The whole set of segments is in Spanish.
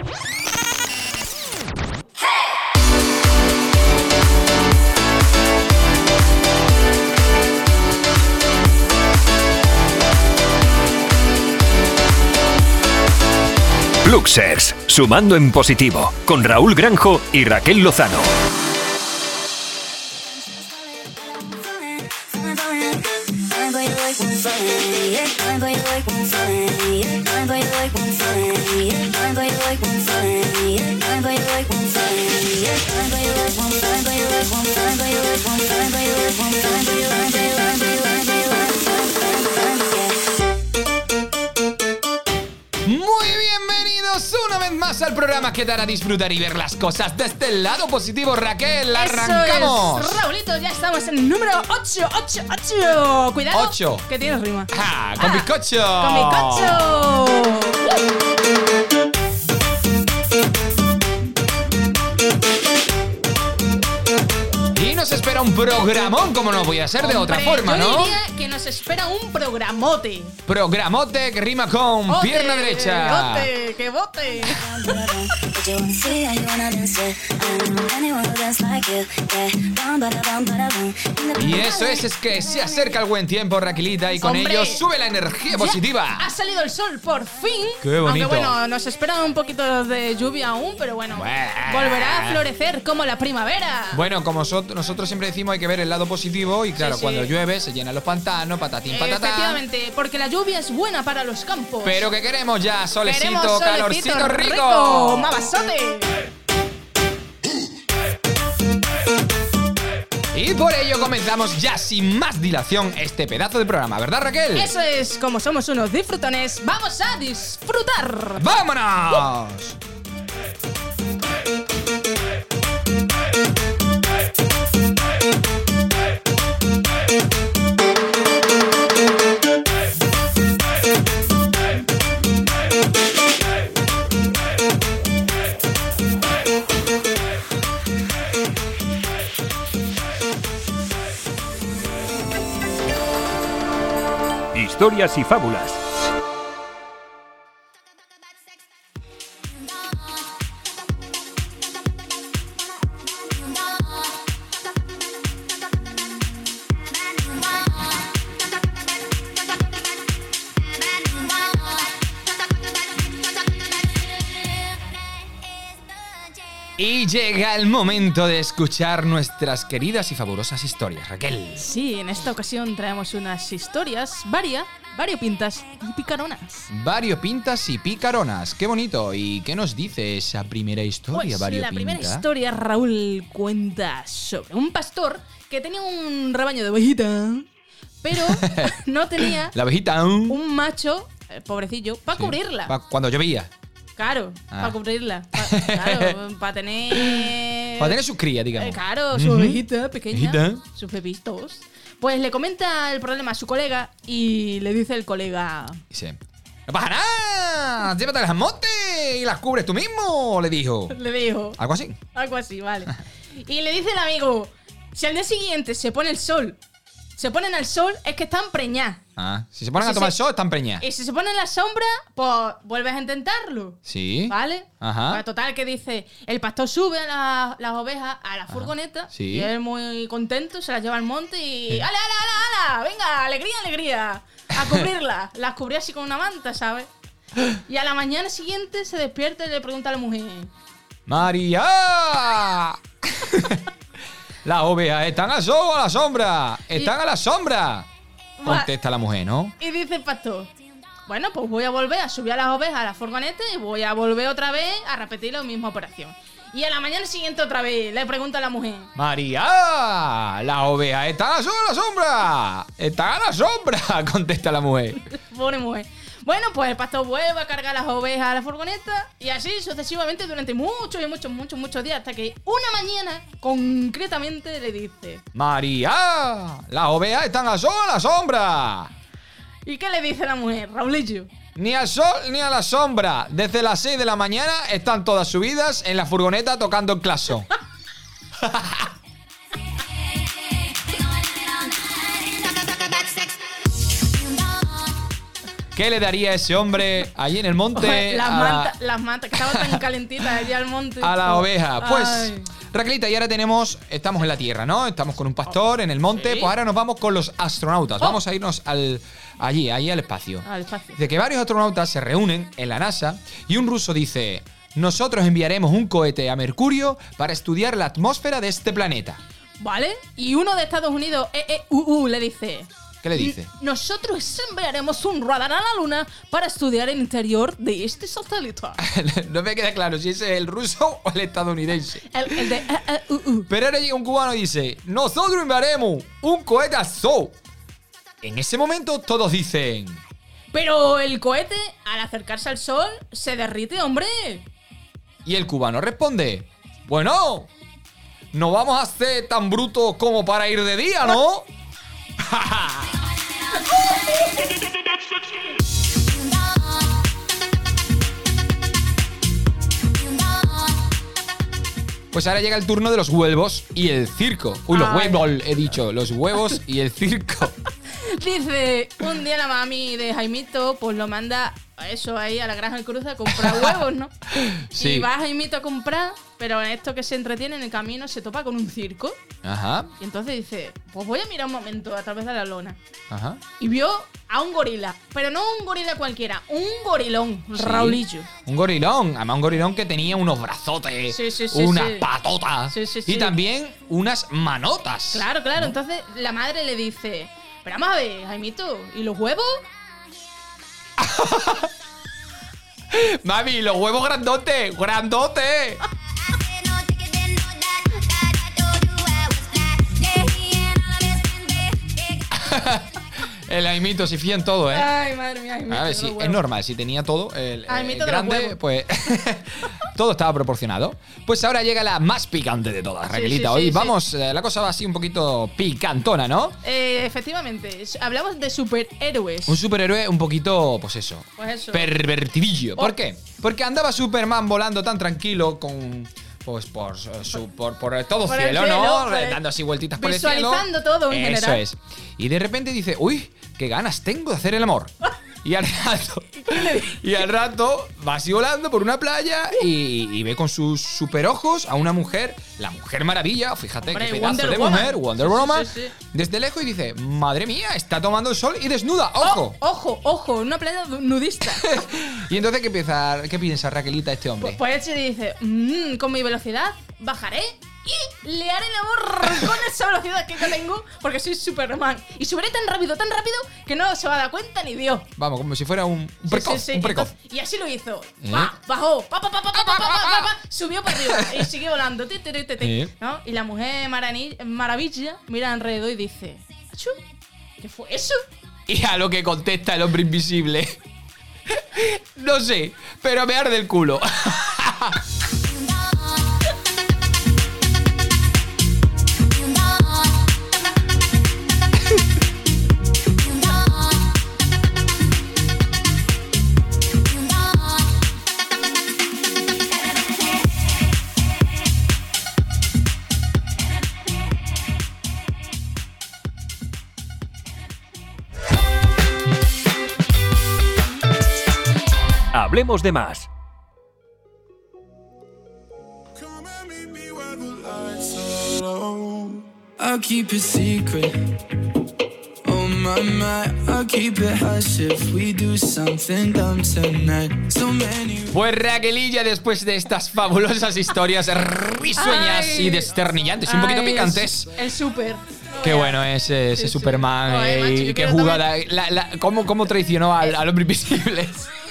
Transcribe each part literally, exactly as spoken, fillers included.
Luxers, sumando en positivo, con Raúl Granjo y Raquel Lozano. Al programa que te hará disfrutar y ver las cosas desde el lado positivo. Raquel, arrancamos. Eso es, Raulito, ya estamos en el número ocho, ocho, ocho. Cuidado, ocho. Que tienes rima. Ah, con ah, bizcocho. Con bizcocho. Y nos espera un programón, como no voy a ser de Hombre, otra forma, yo ¿no? diría que nos espera un programote. Programote que rima con bote, pierna derecha. Bote, que bote. Y eso es, es que se acerca el buen tiempo, Raquelita, y con Hombre, ello sube la energía positiva. Ha salido el sol, por fin. Qué bonito. Aunque bueno, nos espera un poquito de lluvia aún, pero bueno, bueno. volverá a florecer como la primavera. Bueno, como nosotros, nosotros siempre decimos, hay que ver el lado positivo. Y claro, sí, sí. cuando llueve se llenan los pantanos, patatín, patatán. Efectivamente, porque la lluvia es buena para los campos. Pero que queremos ya, solecito, queremos solecito calorcito rico. rico. ¡Mamazote! Y por ello comenzamos ya sin más dilación este pedazo de programa, ¿verdad, Raquel? Eso es, como somos unos disfrutones, vamos a disfrutar. ¡Vámonos! Uh. Historias y fábulas. Y llega el momento de escuchar nuestras queridas y fabulosas historias, Raquel. Sí, en esta ocasión traemos unas historias varia, variopintas y picaronas. Variopintas y picaronas, qué bonito. ¿Y qué nos dice esa primera historia, pues variopinta? La primera historia, Raúl, cuenta sobre un pastor que tenía un rebaño de ovejita, pero no tenía la ovejita un macho, eh, pobrecillo, para sí, cubrirla. Pa cuando llovía. Claro, ah. para cubrirla. Pa, claro, para tener... Para tener su cría, digamos. Eh, claro, su uh-huh. ovejita pequeña, ovejita. Sus bebitos. Pues le comenta el problema a su colega y le dice el colega... Dice, no pasa nada, llévatelas al monte y las cubres tú mismo, le dijo. Le dijo. Algo así. Algo así, vale. Y le dice el amigo, si al día siguiente se pone el sol, se ponen al sol, es que están preñadas. Ah, si se ponen si a tomar se, sol, están preñadas. Y si se ponen en la sombra, pues vuelves a intentarlo. Sí. ¿Vale? Ajá. Pues total, que dice, el pastor sube a la, las ovejas a la furgoneta. Sí. Y él muy contento, se las lleva al monte y... Sí. ¡Ale, ale, ale, ale! ¡Venga, alegría, alegría! A cubrirlas. Las cubría así con una manta, ¿sabes? Y a la mañana siguiente se despierta y le pregunta a la mujer... ¡María! Las ovejas están al sol o a la sombra. Están y... a la sombra. Contesta la mujer, ¿no? Y dice el pastor, bueno, pues voy a volver a subir a las ovejas a la furgoneta y voy a volver otra vez a repetir la misma operación. Y a la mañana siguiente otra vez le pregunta a la mujer, María, las ovejas están al sol o a la sombra. Están a la sombra, contesta la mujer. Pobre mujer. Bueno, pues el pastor vuelve a cargar las ovejas a la furgoneta y así sucesivamente durante muchos y muchos, muchos, muchos días hasta que una mañana, concretamente, le dice, María, las ovejas están al sol o a la sombra. ¿Y qué le dice la mujer, Raulillo? Ni al sol ni a la sombra. Desde las seis de la mañana están todas subidas en la furgoneta tocando el claxon. ¿Qué le daría ese hombre allí en el monte Oye, las, a, mantas, las mantas, que estaban tan calentitas allí al monte. a la oveja? Pues, Ay. Raquelita, y ahora tenemos, estamos en la tierra, ¿no? Estamos con un pastor en el monte, Sí. pues ahora nos vamos con los astronautas. Oh. Vamos a irnos al, allí, allí al espacio. Al espacio. De que varios astronautas se reúnen en la NASA y un ruso dice: nosotros enviaremos un cohete a Mercurio para estudiar la atmósfera de este planeta. ¿Vale? Y uno de Estados Unidos, E E U U, le dice... ¿Qué le dice? Nosotros enviaremos un radar a la Luna para estudiar el interior de este satélite. No me queda claro si es el ruso o el estadounidense. El, el de E E U U. Pero ahora llega un cubano y dice: nosotros enviaremos un cohete a Sol. En ese momento todos dicen: Pero el cohete, al acercarse al Sol, se derrite, hombre. y el cubano responde: bueno, no vamos a ser tan brutos como para ir de día, ¿no? Pues ahora llega el turno de los huevos y el circo. Uy, los Ay. huevos, he dicho. Los huevos y el circo. Dice, un día la mami de Jaimito, pues lo manda a eso ahí a la granja de Cruz a comprar huevos, ¿no? Sí. Y va Jaimito a comprar, pero en esto que se entretiene en el camino se topa con un circo. Ajá, Y entonces dice, pues voy a mirar un momento a través de la lona. ajá. Y vio a un gorila, pero no un gorila cualquiera, un gorilón, Sí. Raulillo. Un gorilón, además un gorilón que tenía unos brazotes, Sí, sí, sí, unas sí. patotas Sí, sí, y sí. también unas manotas. Claro, claro. Entonces la madre le dice, pero vamos a ver, Jaimito, ¿y los huevos? Mami, los huevos grandotes, grandotes. El Jaimito se fía en todo, ¿eh? Ay, madre mía, Jaimito. A ver, los sí, es huevos. normal. Si tenía todo, el, Ay, el mito de los grande, huevos. pues todo estaba proporcionado. Pues ahora llega la más picante de todas, Sí, Raquelita. sí, Hoy sí, vamos, eh, la cosa va así un poquito picantona, ¿no? Eh, efectivamente, s- hablamos de superhéroes. Un superhéroe un poquito, pues eso, Pues eso. pervertidillo. ¿Por Oh. qué? Porque andaba Superman volando tan tranquilo con... Pues por, eh, su- por, por todo Por el cielo, cielo, ¿no? por el- Dando así vueltitas por el cielo. visualizando todo en Eso general. es. Y de repente dice, uy, qué ganas tengo de hacer el amor. Y al rato, y al rato va así volando por una playa y, y ve con sus super ojos a una mujer, la Mujer Maravilla, fíjate Hombre, qué pedazo Wonder de Woman. mujer, Wonder Sí, sí, Woman, sí, sí. desde lejos y dice, madre mía, está tomando el sol y desnuda, ojo. Oh, ojo, ojo, una playa nudista. Y entonces, ¿qué piensa, qué piensa Raquelita este hombre? Pues, pues él se dice, "Mm, con mi velocidad bajaré y le haré el amor con esa velocidad que yo tengo porque soy Superman. Y subiré tan rápido, tan rápido que no se va a dar cuenta ni Dios. Vamos, como si fuera un, un Sí, precoz, sí, sí. un precoz. Entonces- y así lo hizo. ¿Eh? Va, bajó, pa, pa, pa, pa, pa, pa, pa, pa, pa, subió para arriba y siguió volando. Ti, ti, ti, ti, ti, ¿Eh? ¿no? Y la mujer marani- maravilla mira alrededor y dice, "Achu, ¿qué fue eso?" Y a lo que contesta el hombre invisible. No sé, pero me arde el culo. Hablemos de más. I'll keep it secret. Oh my my, I'll keep it hush if we do something dumb tonight. So many. Pues Raquelilla, después de estas fabulosas historias risueñas Ay. y desternillantes, un poquito Ay, picantes. El, el super. Qué bueno es ese, ese Sí, sí. Superman Joder, eh, macho, yo y qué quiero jugada. La, la- cómo, cómo traicionó al, al hombre invisible.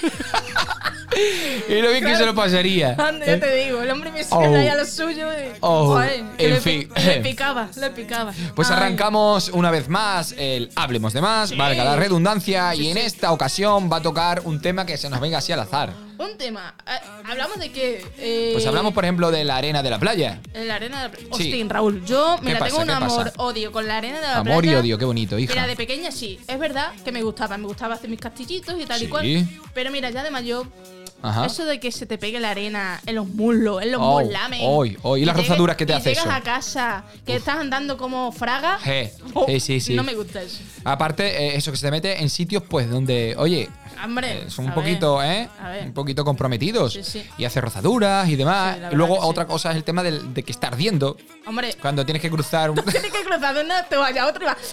Y lo bien que se lo pasaría. Anda, ¿eh? ya te digo, el hombre me Oh. ahí a lo suyo y, Oh, joder, que en le, fin. pi- le picaba, le picaba. Pues Ay. arrancamos una vez más el Hablemos de Más, Sí. valga la redundancia, Sí, y en sí. esta ocasión va a tocar un tema que se nos venga así al azar. Un tema. eh, hablamos de que. Eh, Pues hablamos, por ejemplo, de la arena de la playa. en la arena de la playa. Sí. Hostia, Raúl, yo ¿Qué mira, pasa? tengo un ¿Qué pasa? amor-odio con la arena de la playa. Amor y odio, qué bonito, hija. Mira, de pequeña sí, es verdad que me gustaba, me gustaba hacer mis castillitos y tal Sí. y cual. Pero mira, ya de mayor, Ajá. eso de que se te pegue la arena en los muslos, en los Oh, molames. hoy, hoy, y las llegues- rozaduras que te y hace llegas eso. a casa, que estás andando como fraga. Je, Oh, sí, sí, sí. No me gusta eso. Aparte, eh, eso que se te mete en sitios, pues, donde, oye, Hombre, eh, son a un poquito, ver, ¿eh? a ver. Un poquito comprometidos. Sí, sí. Y hace rozaduras y demás. Sí, la y luego verdad que otra sí. cosa es el tema del- de que está ardiendo. Hombre, Cuando tienes que cruzar un... tienes que cruzar de una toalla a otra y vas.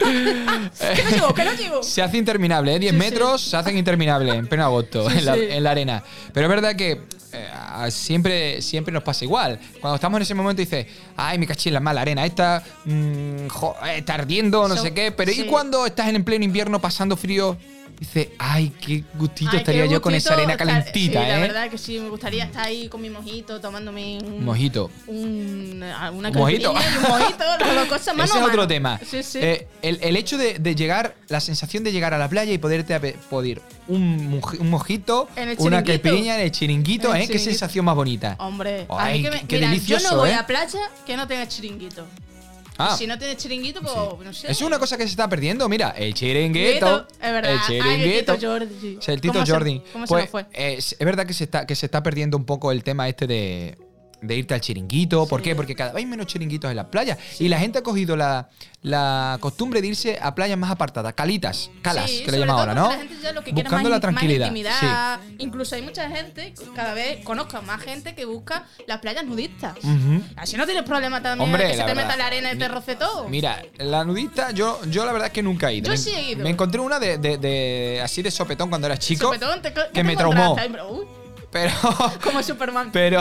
que no llego, que no llego. Se hace interminable, ¿eh? diez Sí, metros se hacen interminables en pleno agosto Sí, en, la, sí. en la arena. Pero es verdad que eh, a- siempre, siempre nos pasa igual. Cuando estamos en ese momento dices, ay, me caché en la mala arena, esta mm, jo, eh, está ardiendo, no So- sé qué. Pero sí. ¿y cuando estás en el pleno invierno pasando frío? Dices, ay, qué gustito Ay, estaría qué yo con esa gustito arena estar- calentita, sí, ¿eh? La verdad que sí, me gustaría estar ahí con mi mojito, tomándome un. Un mojito. Un, una Un mojito. caipirinha y un mojito, las dos cosas mano Ese a es otro mano. tema. Sí, sí. Eh, el, el hecho de, de llegar, la sensación de llegar a la playa y poderte ape- poder un, moji- un mojito, En el una chiringuito. caipirinha en el chiringuito, En el ¿eh? Qué chiringuito. sensación más bonita. Hombre, Ay, a mí que me, qué mira, delicioso, yo no voy ¿eh? a playa que no tenga chiringuito. Ah, Si no tiene chiringuito, pues no sé. eso es una cosa que se está perdiendo. Mira, el chiringuito. Es verdad. El Ay, chiringuito. el Tito Jordi. O sea, el Tito ¿Cómo se- Jordi. ¿Cómo se Pues, nos fue? eh, es es verdad que se, está, que se está perdiendo un poco el tema este de, de irte al chiringuito. ¿Por Sí. qué? Porque cada vez hay menos chiringuitos en las playas. Y la gente ha cogido la, la costumbre de irse a playas más apartadas, calitas, calas, Sí, que le sobre llaman todo ahora, ¿no? porque La gente ya lo que quiere Buscando más, la tranquilidad. más intimidad. Incluso hay mucha gente, cada vez conozco más gente que busca las playas nudistas. Sí. Ujú. Así no tienes problema también Hombre, de que se la te verdad. meta la arena y te roce todo. Mira, la nudista, yo, yo la verdad es que nunca he ido. Yo me, sí he ido. me encontré una de, de- de- así de sopetón cuando era chico. Sopetón, te- ¿qué que me te traumó. encontraste? Ay, pero, uy, Pero. como Superman. Pero,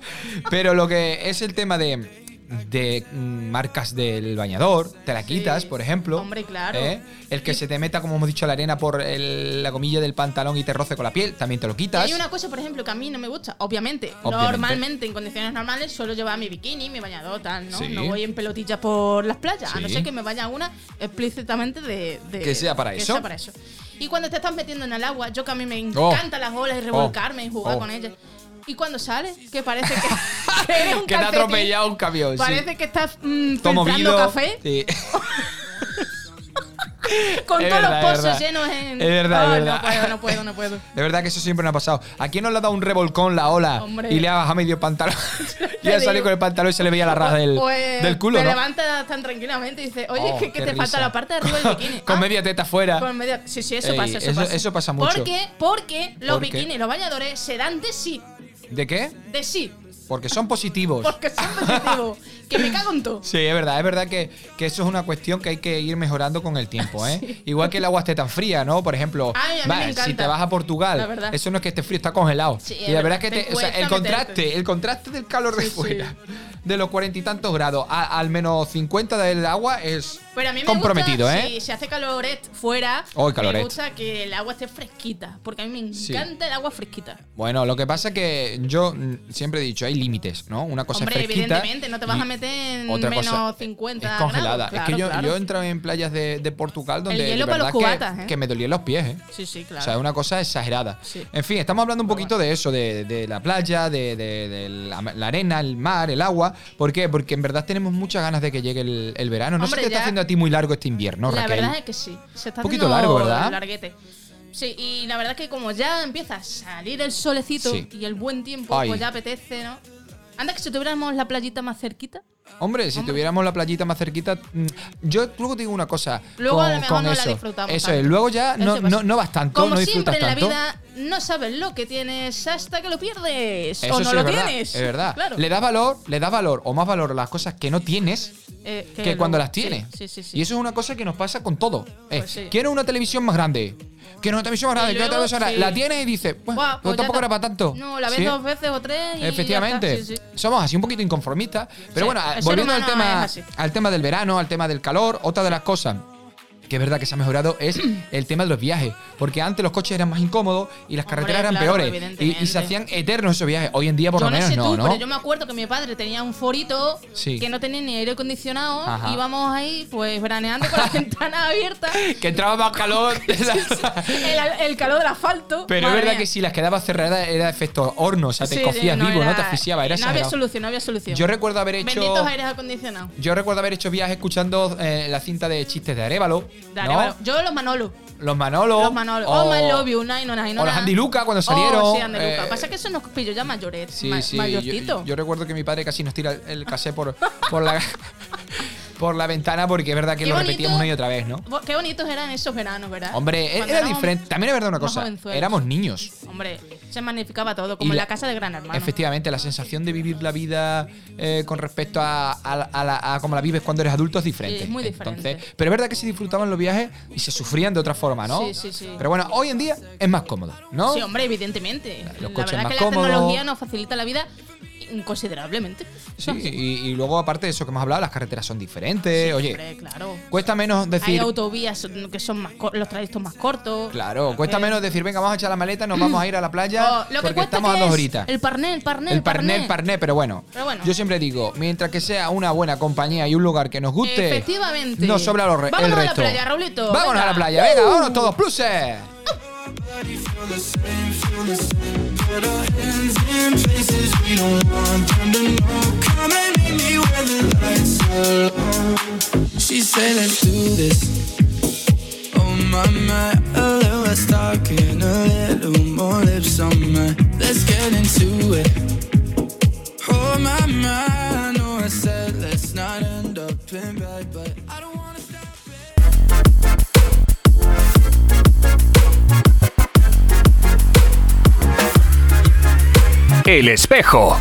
pero lo que es el tema de, de mm, marcas del bañador, te la Sí. quitas, por ejemplo. Hombre, claro. ¿eh? El que Y- se te meta, como hemos dicho, la arena por el- la gomilla del pantalón y te roce con la piel, también te lo Y quitas. hay una cosa, por ejemplo, que a mí no me gusta. Obviamente, Obviamente. normalmente, en condiciones normales, suelo llevar mi bikini, mi bañador, tal, ¿no? Sí. No voy en pelotillas por las playas, a no Sí. ser que me vaya una explícitamente de, de- Que sea para que eso. sea para eso. Y cuando te estás metiendo en el agua, yo que a mí me Oh. encantan las olas y revolcarme y jugar Oh. con ellas. Y cuando sales, que parece que, que eres un que te ha calcetín, atropellado un camión. sí. Parece que estás mm, Todo filtrando movido. café Sí. con Es todos verdad, los es pozos verdad. llenos en. Es verdad, es Ay, verdad. No puedo, no puedo, no puedo. De verdad que eso siempre me ha pasado. ¿A quién nos le ha dado un revolcón la ola Hombre. y le ha bajado medio pantalón? y Te ha salido digo. con el pantalón y se le veía la raja del, Pues del culo, te ¿no? levantas tan tranquilamente y dices, oye, Oh, que, que qué te falta risa. la parte de arriba del bikini. Con Ah, media teta fuera. con media- Sí, sí, eso Ey, pasa, eso, eso- pasa. eso pasa mucho. ¿Por qué? Porque los ¿Por qué? bikinis, los bañadores, se dan de sí. ¿De qué? De sí. Porque son positivos. Porque son positivos. Que me cago en todo. Sí, es verdad, es verdad que, que eso es una cuestión que hay que ir mejorando con el tiempo, ¿eh? Igual que el agua esté tan fría, ¿no? Por ejemplo, Ay, a mí va, me si encanta. te vas a Portugal, La verdad. eso no es que esté frío, está congelado. Sí, y es la verdad verdad, es que te te- o sea, el cuesta contraste, meterte. el contraste del calor de Sí, fuera, sí. de los cuarenta y tantos grados a- al menos cincuenta del agua es Pero a mí me comprometido, gusta, ¿eh? si se hace caloret fuera, Oh, el caloret. me gusta que el agua esté fresquita. Porque a mí me Sí. encanta el agua fresquita. Bueno, lo que pasa es que yo mm, siempre he dicho, hay límites, ¿no? Una cosa Hombre, es fresquita. evidentemente, no te vas y a meter en otra menos cosa cincuenta es congelada. grados. es que Claro, yo, claro. yo he entrado en playas de, de Portugal donde hielo de para verdad los que- cubatas, ¿eh? que, me dolían los pies, ¿eh? Sí, sí, claro. O sea, es una cosa exagerada. Sí. En fin, estamos hablando un poquito de eso, de, de la playa, de, de- de la, la arena, el mar, el agua. ¿Por qué? Porque en verdad tenemos muchas ganas de que llegue el, el verano. No Hombre, sé qué te ya- está haciendo a ti muy largo este invierno, La Raquel. verdad es que sí. Se está Un poquito haciendo largo, ¿verdad? larguete. Sí, y la verdad es que como ya empieza a salir el solecito Sí. y el buen tiempo, Ay. pues ya apetece, ¿no? Anda que si tuviéramos la playita más cerquita. Hombre, si Hombre. tuviéramos la playita más cerquita, mm, yo luego te digo una cosa. Luego con, a lo mejor con no la eso. disfrutamos Eso tanto. es, luego ya Eso no, pasa. no, no vas tanto, Como no siempre disfrutas en la tanto. vida, no sabes lo que tienes hasta que lo pierdes. Eso o no sí lo es verdad, tienes. Es verdad. Claro. Le da valor, le da valor o más valor a las cosas que no tienes Eh, que cuando luego- las tienes. Sí, sí, sí. sí. Y eso es una cosa que nos pasa con todo. Eh, Pues sí. Quiero una televisión más grande. Quiero una televisión más grande. Y Quiero una luego, televisión más sí. grande. La tienes y dices, bueno, Buah, pues pues ya tampoco está. era para tanto. No, la ves Sí. dos veces o tres y ya Efectivamente. está. Sí, sí. Somos así un poquito inconformistas. Pero Sí, bueno, el ser volviendo al humano tema, es así. al tema del verano, al tema del calor, otra de las cosas que es verdad que se ha mejorado es el tema de los viajes. Porque antes los coches eran más incómodos y las Hombre, carreteras eran claro, peores. Y, evidentemente. y se hacían eternos esos viajes. Hoy en día, por Yo lo no menos, sé no, tú, ¿no? pero yo me acuerdo que mi padre tenía un forito Sí. que no tenía ni aire acondicionado. Ajá. Íbamos ahí, pues, veraneando con las ventanas abiertas. Que entraba más calor. El, el calor del asfalto. Pero es madre verdad mía. que si las quedabas cerradas era efecto horno, o sea, te Sí, cocías no, vivo, era- no te asfixiaba, era No había exagerado. solución, no había solución. Yo recuerdo haber hecho Benditos aires acondicionados. Yo recuerdo haber hecho viajes escuchando eh, la cinta de chistes de Arévalo, De ¿no? Arévalo. Yo los Manolo. Los Manolo, Los Manolo. o, Oh, my love you, nine, no, nine, no, o los nine. Andy Luca cuando salieron. Oh, sí, Andy eh, Luca. Pasa que eso nos pillo ya mayores. Sí, ma- sí. Yo, mayorcito. yo recuerdo que mi padre casi nos tira el, el casé por, por la. por la ventana porque es verdad que Qué lo bonito. repetíamos una y otra vez, ¿no? Qué bonitos eran esos veranos, ¿verdad? Hombre, Cuando era éramos diferente. También es verdad una más cosa. jovenzuelos. Éramos niños. Hombre, se magnificaba todo, como Y en la- la casa de Gran Hermano. Efectivamente, la sensación de vivir la vida eh, con respecto a, a, a, la- a cómo la vives cuando eres adulto es diferente. Sí, es muy diferente. Entonces, pero es verdad que se disfrutaban los viajes y se sufrían de otra forma, ¿no? Sí, sí, sí. Pero bueno, hoy en día es más cómodo, ¿no? Sí, hombre, evidentemente. Los la coches verdad más que la cómodos. tecnología nos facilita la vida considerablemente. Sí, y, y luego, aparte de eso que hemos hablado, las carreteras son diferentes. Oye, Hombre, claro. cuesta menos Hay decir. autovías que son más co- los trayectos más cortos. Claro, cuesta Eh, menos decir, venga, vamos a echar la maleta, nos vamos a ir a la playa oh, lo que porque cuesta estamos a que dos es horitas. El parné, el parné, El parné, el parné, pero bueno, Pero bueno. yo siempre digo, mientras que sea una buena compañía y un lugar que nos guste, Efectivamente. nos sobra lo re- el Vámonos resto. a la playa, Raulito. Vámonos venga. a la playa, venga, vámonos todos, pluses. Feel the same, feel the same. Put our hands in places we don't want them to know. Come and meet me where the lights are low. She said, let's do this. Oh my, my, a little less talking, a little more lips on my. Let's get into it. Oh my, my, I know I said let's not end up in bed, but I don't wanna stop it. El espejo.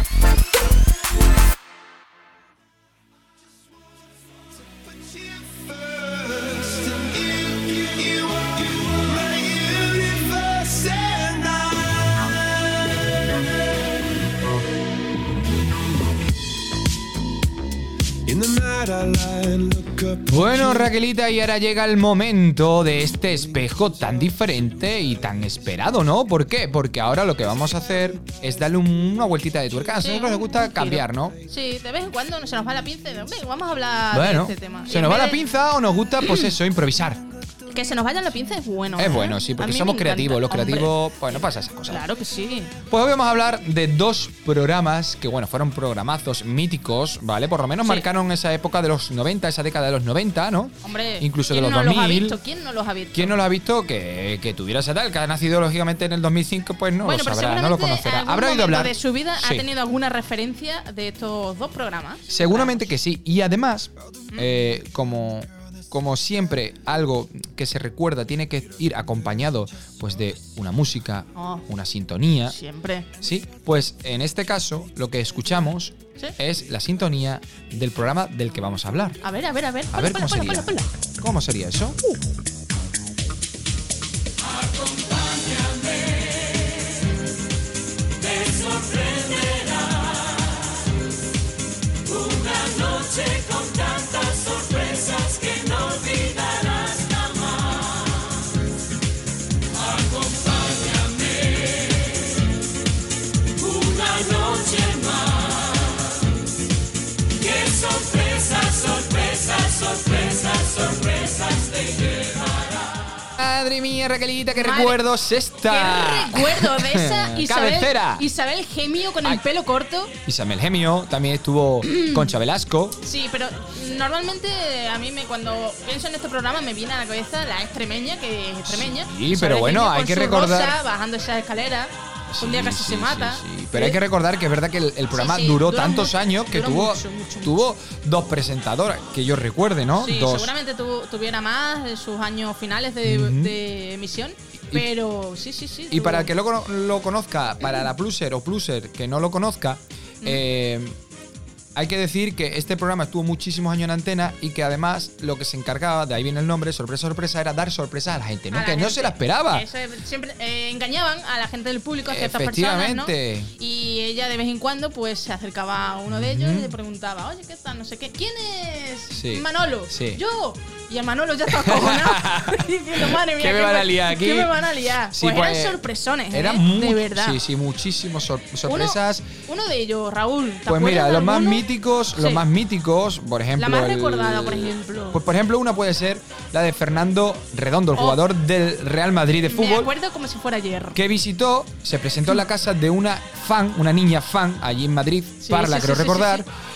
Bueno, Raquelita, y ahora llega el momento de este espejo tan diferente y tan esperado, ¿no? ¿Por qué? Porque ahora lo que vamos a hacer es darle un- una vueltita de tuerca. A Sí, nosotros nos gusta un cambiar, giro. ¿no? Sí, de vez en cuando se nos va la pinza. y de, "Venga, vamos a hablar Bueno, de este tema". Y se en nos va vez la de- pinza o nos gusta, pues eso, improvisar. Que se nos vaya la pinza es bueno. Es ¿eh? bueno, sí, A porque mí somos me creativos. Los encanta, hombre. creativos, pues no pasa esas cosas. Claro que sí. Pues hoy vamos a hablar de dos programas que, bueno, fueron programazos míticos, ¿vale? Por lo menos Sí. marcaron esa época de los noventa, esa década de los noventa, ¿no? Hombre, Incluso de ¿quién los no los ha dos mil. visto? ¿Quién no los ha visto? ¿Quién no lo ha visto? Que, que tuviera esa tal, que ha nacido lógicamente en el dos mil cinco, pues no bueno, lo pero sabrá, no lo seguramente conocerá. algún ¿Habrá oído momento hablar? de su vida Sí. ha tenido alguna referencia de estos dos programas. Seguramente que sí. Y además, eh, como, como siempre, algo que se recuerda tiene que ir acompañado pues de una música, Oh. una sintonía. Siempre. Sí, pues en este caso lo que escuchamos ¿Sí? es la sintonía del programa del que vamos a hablar. A ver, a ver, a ver. A ver cómo Ponla, sería. ponla, ponla, ponla. ¿Cómo sería eso? Madre mía, Raquelita, qué Madre- recuerdos esta. Qué recuerdo de esa Isabel, Cabecera. Isabel Gemio con el Ay. pelo corto. Isabel Gemio, también estuvo Concha Velasco. Sí, pero normalmente a mí me cuando pienso en este programa me viene a la cabeza la extremeña, que es extremeña. Sí, Isabel pero bueno, Gemio hay con que su recordar- rosa, bajando esas escaleras. un día Sí, casi sí, se sí, mata. sí. Pero hay que recordar que es verdad que el, el programa sí, duró duró tantos mucho, años que duró tuvo, mucho, mucho, tuvo dos presentadoras, que yo recuerde, ¿no? Sí, dos. seguramente tu- tuviera más en sus años finales de, Ujú. de emisión. Pero sí, sí, sí. Y tuvo- para el que lo, cono- lo conozca, para la pluser o pluser que no lo conozca, eh, hay que decir que este programa estuvo muchísimos años en antena y que además lo que se encargaba, de ahí viene el nombre, sorpresa, sorpresa, era dar sorpresas a la gente, ¿no? a la Que no gente. se la esperaba. Eso es, siempre eh, engañaban a la gente del público, a ciertas personas, ¿no? Efectivamente. Y ella de vez en cuando pues se acercaba a uno de ellos Ujú. y le preguntaba, oye, ¿qué tal? No sé qué. ¿Quién es Sí. Manolo? Sí. Yo. Y el Manolo ya estaba acojonado. diciendo, madre mía, ¿Qué me van a liar aquí? ¿Qué me van a liar? Sí, pues, pues, eran sorpresones, ¿eh? Eran mu- de verdad. Sí, sí, muchísimos sor- Uno- sorpresas. Uno, de ellos, Raúl. ¿te Pues mira, acuerdas de los más alguno? míticos, los Sí. más míticos, por ejemplo. La más el- recordada, por ejemplo. Pues por ejemplo, una puede ser la de Fernando Redondo, el Oh. jugador del Real Madrid de Me fútbol, acuerdo como si fuera ayer. que visitó, se presentó en la casa de una fan, una niña fan, allí en Madrid, Sí, para sí, la sí, creo sí, recordar. sí,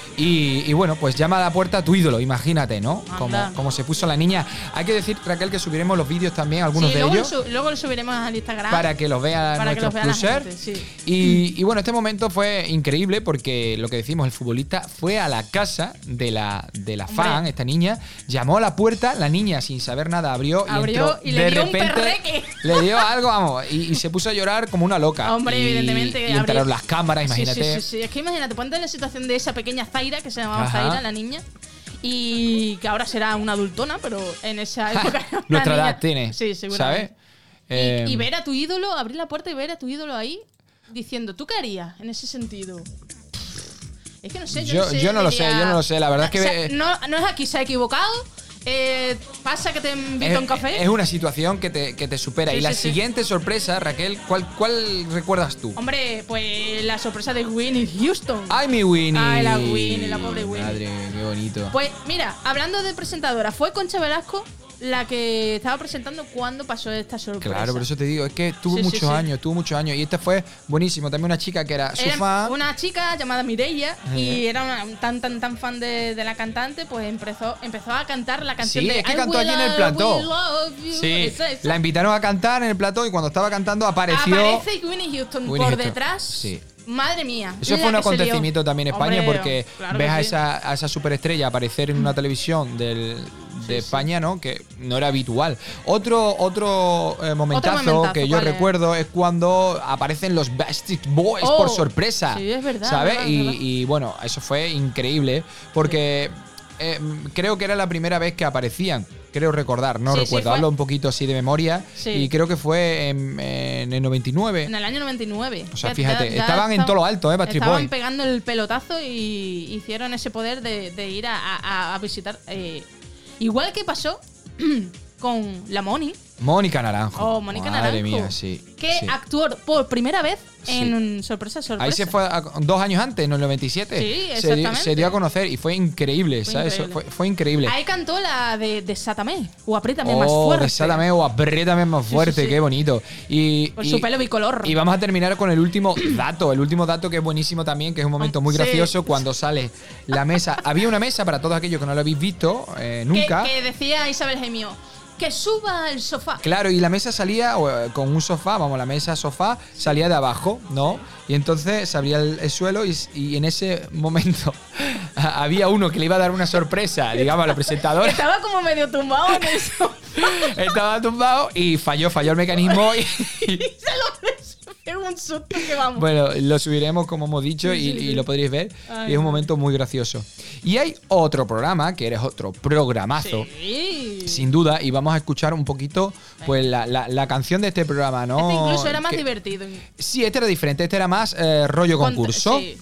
Y, y bueno, pues llama a la puerta a tu ídolo, imagínate, ¿no? Como, Anda. como se puso la niña. Hay que decir, Raquel, que subiremos los vídeos también, algunos Sí, de luego, ellos, lo su- luego lo subiremos al Instagram. para que los vean para que nuestros los vea la plusers. gente, sí. Y, y bueno, este momento fue increíble porque lo que decimos, el futbolista fue a la casa de la, de la Hombre. fan, esta niña, llamó a la puerta, la niña sin saber nada abrió, y Abrió entró y le de dio un repente, perreque. le dio algo, vamos, y, y se puso a llorar como una loca. Hombre, y, evidentemente. Y abrió- entraron las cámaras, imagínate. Sí, sí, sí, sí. Es que imagínate, ponte en la situación de esa pequeña Zaira, que se llamaba Ajá. Zaira, la niña, y que ahora será una adultona, pero en esa época era una Nuestra niña. edad tiene, Sí, seguramente. ¿sabes? Eh, Y, y ver a tu ídolo, abrir la puerta y ver a tu ídolo ahí diciendo, ¿tú qué harías en ese sentido? Es que no sé, yo, Yo- no sé. yo no lo diría- sé, yo no lo sé, la verdad es que O sea, ve- no, no es aquí, se ha equivocado. Eh, pasa que te invito es, a un café. es una situación que te, que te supera. Sí, y la sí, sí. siguiente sorpresa, Raquel, ¿cuál, ¿cuál recuerdas tú? Hombre, pues la sorpresa de Whitney Houston. ¡Ay, mi Winnie! Ay, la Winnie, la pobre Winnie. Madre, qué bonito. Pues mira, hablando de presentadora, fue Concha Velasco la que estaba presentando cuando pasó esta sorpresa. Claro, por eso te digo, es que tuvo Sí, sí, muchos sí. años, tuvo muchos años. Y este fue buenísimo. También una chica que era su Era fan. una chica llamada Mireia Eh. y era una- tan tan tan fan de, de la cantante, pues empezó empezó a cantar la canción Sí, de es que I cantó will, allí en el I plató. will love you. Sí, Esa, esa. la invitaron a cantar en el plató y cuando estaba cantando apareció. Aparece Whitney Houston Whitney por Houston, detrás. sí. Madre mía. Eso la fue un que se lió. acontecimiento también en España Hombre, porque claro ves que a sí. esa, a esa superestrella aparecer en una televisión del, de sí. España, ¿no? Que no era habitual. Otro, otro eh, momentazo, momentazo, que yo ¿cuál es? recuerdo es cuando aparecen los Backstreet Boys Oh, por sorpresa. sí, es verdad, ¿Sabes? verdad, y, verdad. y, bueno, eso fue increíble porque eh, creo que era la primera vez que aparecían. Creo recordar, no Sí, sí, recuerdo. fue. Hablo un poquito así de memoria. Sí. Y creo que fue en, en el noventa y nueve. En el año noventa y nueve. O sea, Ya- fíjate, ya- ya estaban en todo lo alto, ¿eh? Backstreet Estaban Boys. pegando el pelotazo y hicieron ese poder de, de ir a, a- a visitar. eh, igual que pasó con la Moni, Mónica Naranjo. Oh, Mónica Madre Naranjo. mía, sí. que sí. actuó por primera vez Sí. en un sorpresa sorpresa. Ahí se fue a- dos años antes, en el noventa y siete. Sí, se, dio, exactamente. se dio a conocer y fue increíble, Fue ¿sabes? increíble. Fue, fue increíble. Ahí cantó la de Desátame o Apriétame más Oh, fuerte. desátame o apriétame más Sí, sí, fuerte, sí. qué bonito. Y, Por y- su pelo bicolor. Y vamos a terminar con el último dato, el último dato que es buenísimo también, que es un momento muy Sí. gracioso cuando sale la mesa. Había una mesa para todos aquellos que no lo habéis visto eh, Que- nunca. Que, decía Isabel Gemio, que suba el sofá. Claro, y la mesa salía o, eh, con un sofá, vamos, la mesa sofá salía de abajo, ¿no? Y entonces se abría el, el suelo y, y en ese momento había uno que le iba a dar una sorpresa, digamos, a la presentadora. Estaba como medio tumbado en el sofá. Estaba tumbado y falló, falló el mecanismo y, Y se lo pegó un susto que vamos. bueno, lo subiremos como hemos dicho y, Sí, sí, y sí. lo podréis ver. Ay, y es un no. momento muy gracioso. Y hay otro programa, que eres otro programazo. Sí. Sin duda, y vamos a escuchar un poquito pues la, la- la canción de este programa, ¿no? Este incluso era más Que- divertido. Sí, este era diferente, este era más eh, rollo Contra- concurso. sí.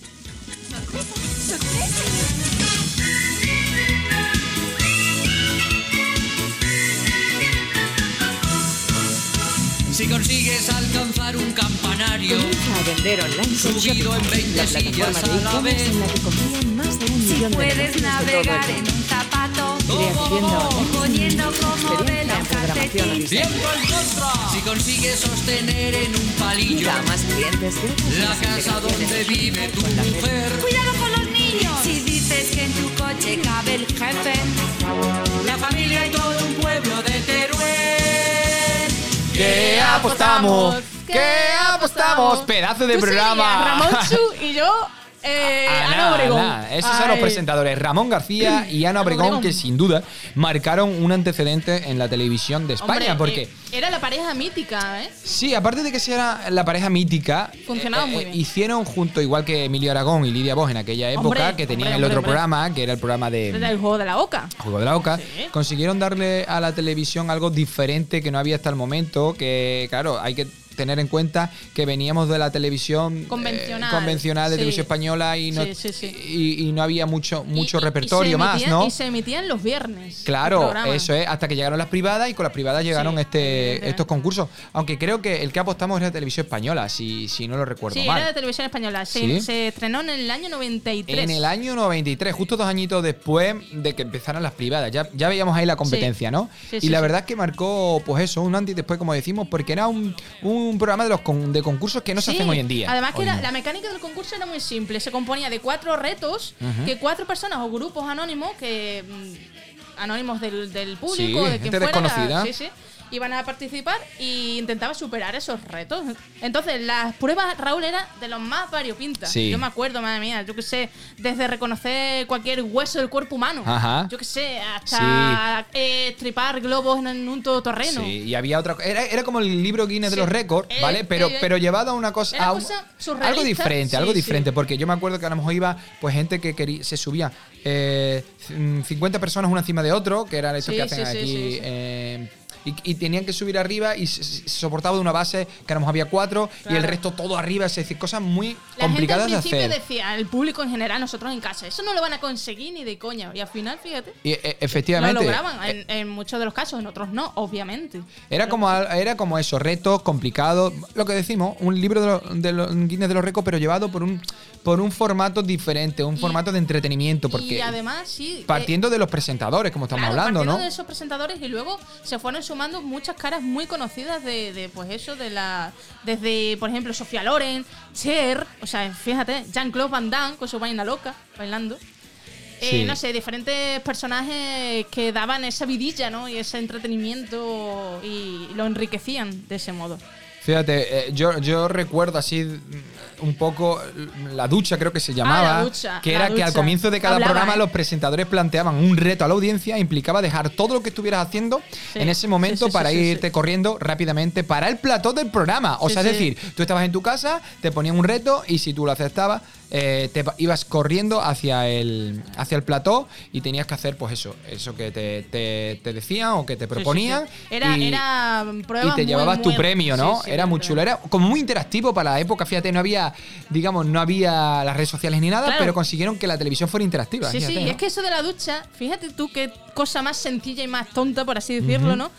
Si consigues alcanzar un campanario, Comienza a vender online con Subido en Shopify, veinte la plataforma sillas de a la e-commerce vez. en la que confían más de un millón de Puedes negocios de todo navegar el en mundo. un zapato, Crea tu tienda online, poniendo como experiencia vela en un programación o calcetín. diseño. tiempo en contra. Si consigues sostener en un palillo Llega a más clientes gracias a la las casa donde integraciones vive tu con la red. mujer, Cuidado con los niños. Si dices que en tu coche cabe el jefe, la familia y todo un pueblo de Teruel. ¿Qué apostamos? ¿Qué apostamos? Pedazo de Tú programa. serías Ramón Chu y yo, eh, Ana, Ana, Obregón. Ana. Esos son los Ay. presentadores Ramón García y Ana Ana Obregón, Obregón. que sin duda marcaron un antecedente en la televisión de España. Hombre, porque eh, era la pareja mítica, ¿eh? sí, aparte de que sea la pareja mítica, Funcionaba muy bien. hicieron junto, igual que Emilio Aragón y Lidia Bosch en aquella época, Hombre, que tenían hombre, el otro hombre, programa, que era el programa de Desde el juego de la Oca. Juego de la Oca, Sí. consiguieron darle a la televisión algo diferente que no había hasta el momento, que claro, hay que tener en cuenta que veníamos de la televisión eh, Convencional. convencional de Sí. televisión española y no, Sí, sí, sí. Y, y no había mucho, mucho Y- y- y repertorio se más, emitían- ¿no? Y se emitían los viernes. el Claro, programa. eso es, hasta que llegaron las privadas y con las privadas llegaron Sí, este, evidentemente. estos concursos. Aunque creo que el que apostamos era televisión española, si, si no lo recuerdo Sí, mal. era de televisión española. Se, Sí. se estrenó en el año noventa y tres. En el año noventa y tres, justo dos añitos después de que empezaran las privadas. Ya, ya veíamos ahí la competencia, ¿no? Sí, y sí, la sí. verdad es que marcó, pues eso, un antes y después, como decimos, porque era un, un un programa de los con, de concursos que no se Sí, hacen hoy en día. Además que Hoy era- no. la mecánica del concurso era muy simple. Se componía de cuatro retos Ujú. que cuatro personas o grupos anónimos que mm, anónimos del, del público, Sí, de quien gente fuera, desconocida. sí, sí, iban a participar y intentaban superar esos retos. Entonces, las pruebas, Raúl, eran de los más variopintas. Sí. Yo me acuerdo, madre mía, yo que sé, desde reconocer cualquier hueso del cuerpo humano, Ajá. yo que sé, hasta eh, tripar globos en un todoterreno. Sí, y había otra era, era como el libro Guinness Sí. de los récords, Eh, ¿vale? Pero, eh, pero llevado a una cosa, era a un- cosa surrealista. algo diferente, Sí, algo sí. diferente, porque yo me acuerdo que a lo mejor iba pues gente que quería, se subía eh, cincuenta personas una encima de otro, que era esto Sí, que hacen sí, sí, aquí. sí, sí. eh, y, y tenían que subir arriba y se, se soportaba de una base que a lo mejor había cuatro y el Claro. resto todo arriba, es decir, cosas muy La complicadas gente al de principio hacer. decía, el público en general, nosotros en casa, eso no lo van a conseguir ni de coña. Y al final, fíjate, Y, eh, lo efectivamente. lograban. En, en muchos de los casos, en otros no, obviamente. Era Pero como, al- era como eso, retos complicados. Lo que decimos, un libro de los, de los Guinness de los récords, pero llevado por un, por un formato diferente, un Y- formato de entretenimiento. Porque y además, sí. eh, partiendo de los presentadores, como estamos claro, hablando, partiendo ¿no? de esos presentadores y luego se fueron sumando muchas caras muy conocidas de, de, pues eso, de la. Desde, por ejemplo, Sofía Loren, Cher, o sea, fíjate, Jean-Claude Van Damme con su vaina loca, bailando. Eh, Sí. No sé, diferentes personajes que daban esa vidilla, ¿no? Y ese entretenimiento y lo enriquecían de ese modo. Fíjate, eh, yo, yo recuerdo así mm, un poco la ducha, creo que se llamaba. Ah, la ducha, que la era que al ducha. comienzo de cada Hablaba, programa ¿eh? los presentadores planteaban un reto a la audiencia, implicaba dejar todo lo que estuvieras haciendo Sí, en ese momento sí, sí, para sí, sí, irte sí. corriendo rápidamente para el plató del programa. O Sí, sea, sí. es decir, tú estabas en tu casa, te ponían un reto y si tú lo aceptabas, eh, te pa- ibas corriendo hacia el, hacia el plató y tenías que hacer, pues eso, eso que te, te- te decían o que te proponían. Sí, sí, sí. Era, y- era y pruebas te muy, llevabas tu muy- premio, ¿no? sí, sí, Era muy pero- chulo. Era como muy interactivo para la época. Fíjate, no había, digamos, no había las redes sociales ni nada, Claro. pero consiguieron que la televisión fuera interactiva. Sí, fíjate, sí, y ¿no? es que eso de la ducha, fíjate tú qué cosa más sencilla y más tonta, por así decirlo, ¿no?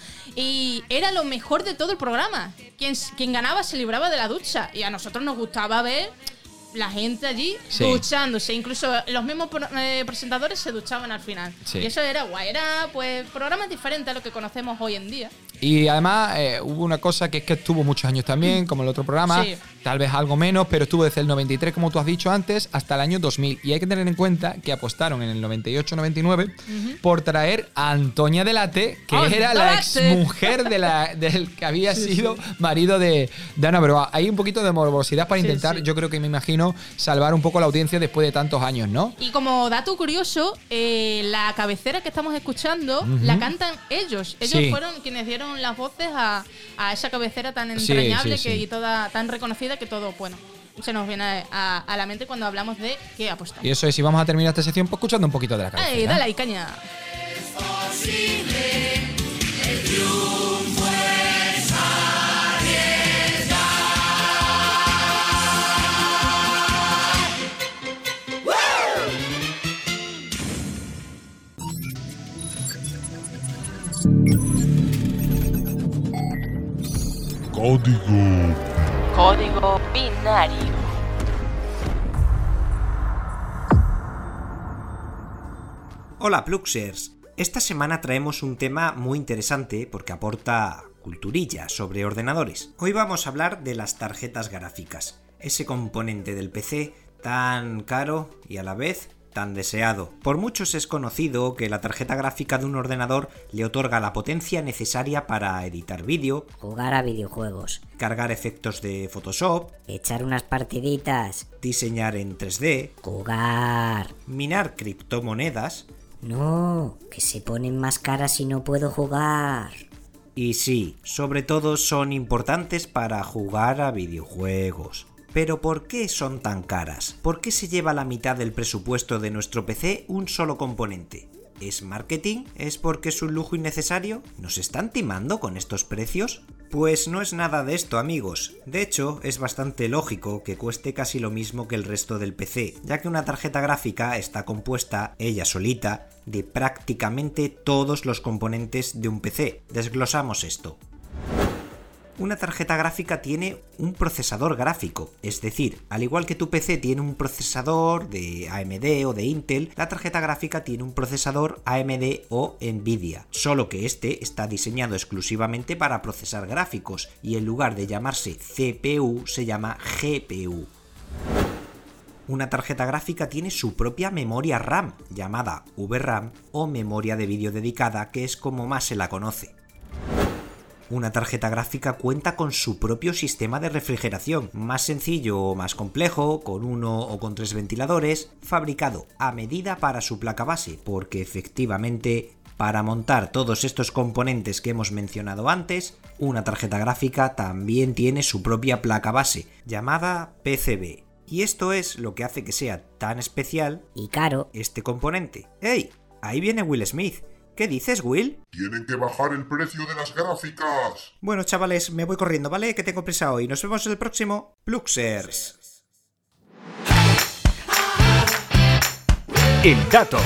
Y era lo mejor de todo el programa. Quien, quien ganaba se libraba de la ducha. Y a nosotros nos gustaba ver la gente allí Sí. duchándose. Incluso los mismos pro- eh, presentadores se duchaban al final. Sí. Y eso era guay. Era, pues, programas diferentes a lo que conocemos hoy en día. Y además eh, hubo una cosa que es que estuvo muchos años también, como el otro programa, Sí. tal vez algo menos, pero estuvo desde el noventa y tres, como tú has dicho antes, hasta el año dos mil. Y hay que tener en cuenta que apostaron en el noventa y ocho noventa y nueve por traer a Antonia Delate, que ¡Anda, era la Delate! exmujer de la, del que había sido marido de, de Ana Broa. Hay un poquito de morbosidad para Sí, intentar, sí. yo creo que me imagino, salvar un poco la audiencia después de tantos años, ¿no? Y como dato curioso, eh, la cabecera que estamos escuchando la cantan ellos. Ellos Sí. fueron quienes dieron las voces a, a esa cabecera tan Sí, entrañable sí, que, sí. y toda tan reconocida que todo, bueno, se nos viene a, a la mente cuando hablamos de qué apostamos. Y eso es, y vamos a terminar esta sección pues, escuchando un poquito de la cabeza. ¡Ay, dale ahí, caña! Código. Código binario. Hola Pluxers, esta semana traemos un tema muy interesante porque aporta culturilla sobre ordenadores. Hoy vamos a hablar de las tarjetas gráficas, ese componente del P C tan caro y a la vez tan deseado. Por muchos es conocido que la tarjeta gráfica de un ordenador le otorga la potencia necesaria para editar vídeo, Jugar a videojuegos, cargar efectos de Photoshop, echar unas partiditas, diseñar en tres D, jugar. minar criptomonedas. No, que se ponen más caras y no puedo jugar. Y sí, sobre todo son importantes para jugar a videojuegos. Pero ¿por qué son tan caras? ¿Por qué se lleva la mitad del presupuesto de nuestro P C un solo componente? ¿Es marketing? ¿Es porque es un lujo innecesario? ¿Nos están timando con estos precios? Pues no es nada de esto, amigos. De hecho, es bastante lógico que cueste casi lo mismo que el resto del P C, ya que una tarjeta gráfica está compuesta, ella solita, de prácticamente todos los componentes de un P C. Desglosamos esto. Una tarjeta gráfica tiene un procesador gráfico, es decir, al igual que tu P C tiene un procesador de A M D o de Intel, la tarjeta gráfica tiene un procesador A M D o Nvidia, solo que este está diseñado exclusivamente para procesar gráficos y en lugar de llamarse C P U se llama G P U. Una tarjeta gráfica tiene su propia memoria RAM, llamada V RAM o memoria de vídeo dedicada, que es como más se la conoce. Una tarjeta gráfica cuenta con su propio sistema de refrigeración, más sencillo o más complejo, con uno o con tres ventiladores, fabricado a medida para su placa base, porque efectivamente, para montar todos estos componentes que hemos mencionado antes, una tarjeta gráfica también tiene su propia placa base, llamada P C B. Y esto es lo que hace que sea tan especial y caro este componente. ¡Ey! Ahí viene Will Smith. ¿Qué dices, Will? Tienen que bajar el precio de las gráficas. Bueno, chavales, me voy corriendo, ¿vale? Que tengo prisa hoy. Nos vemos en el próximo Pluxers. El dato.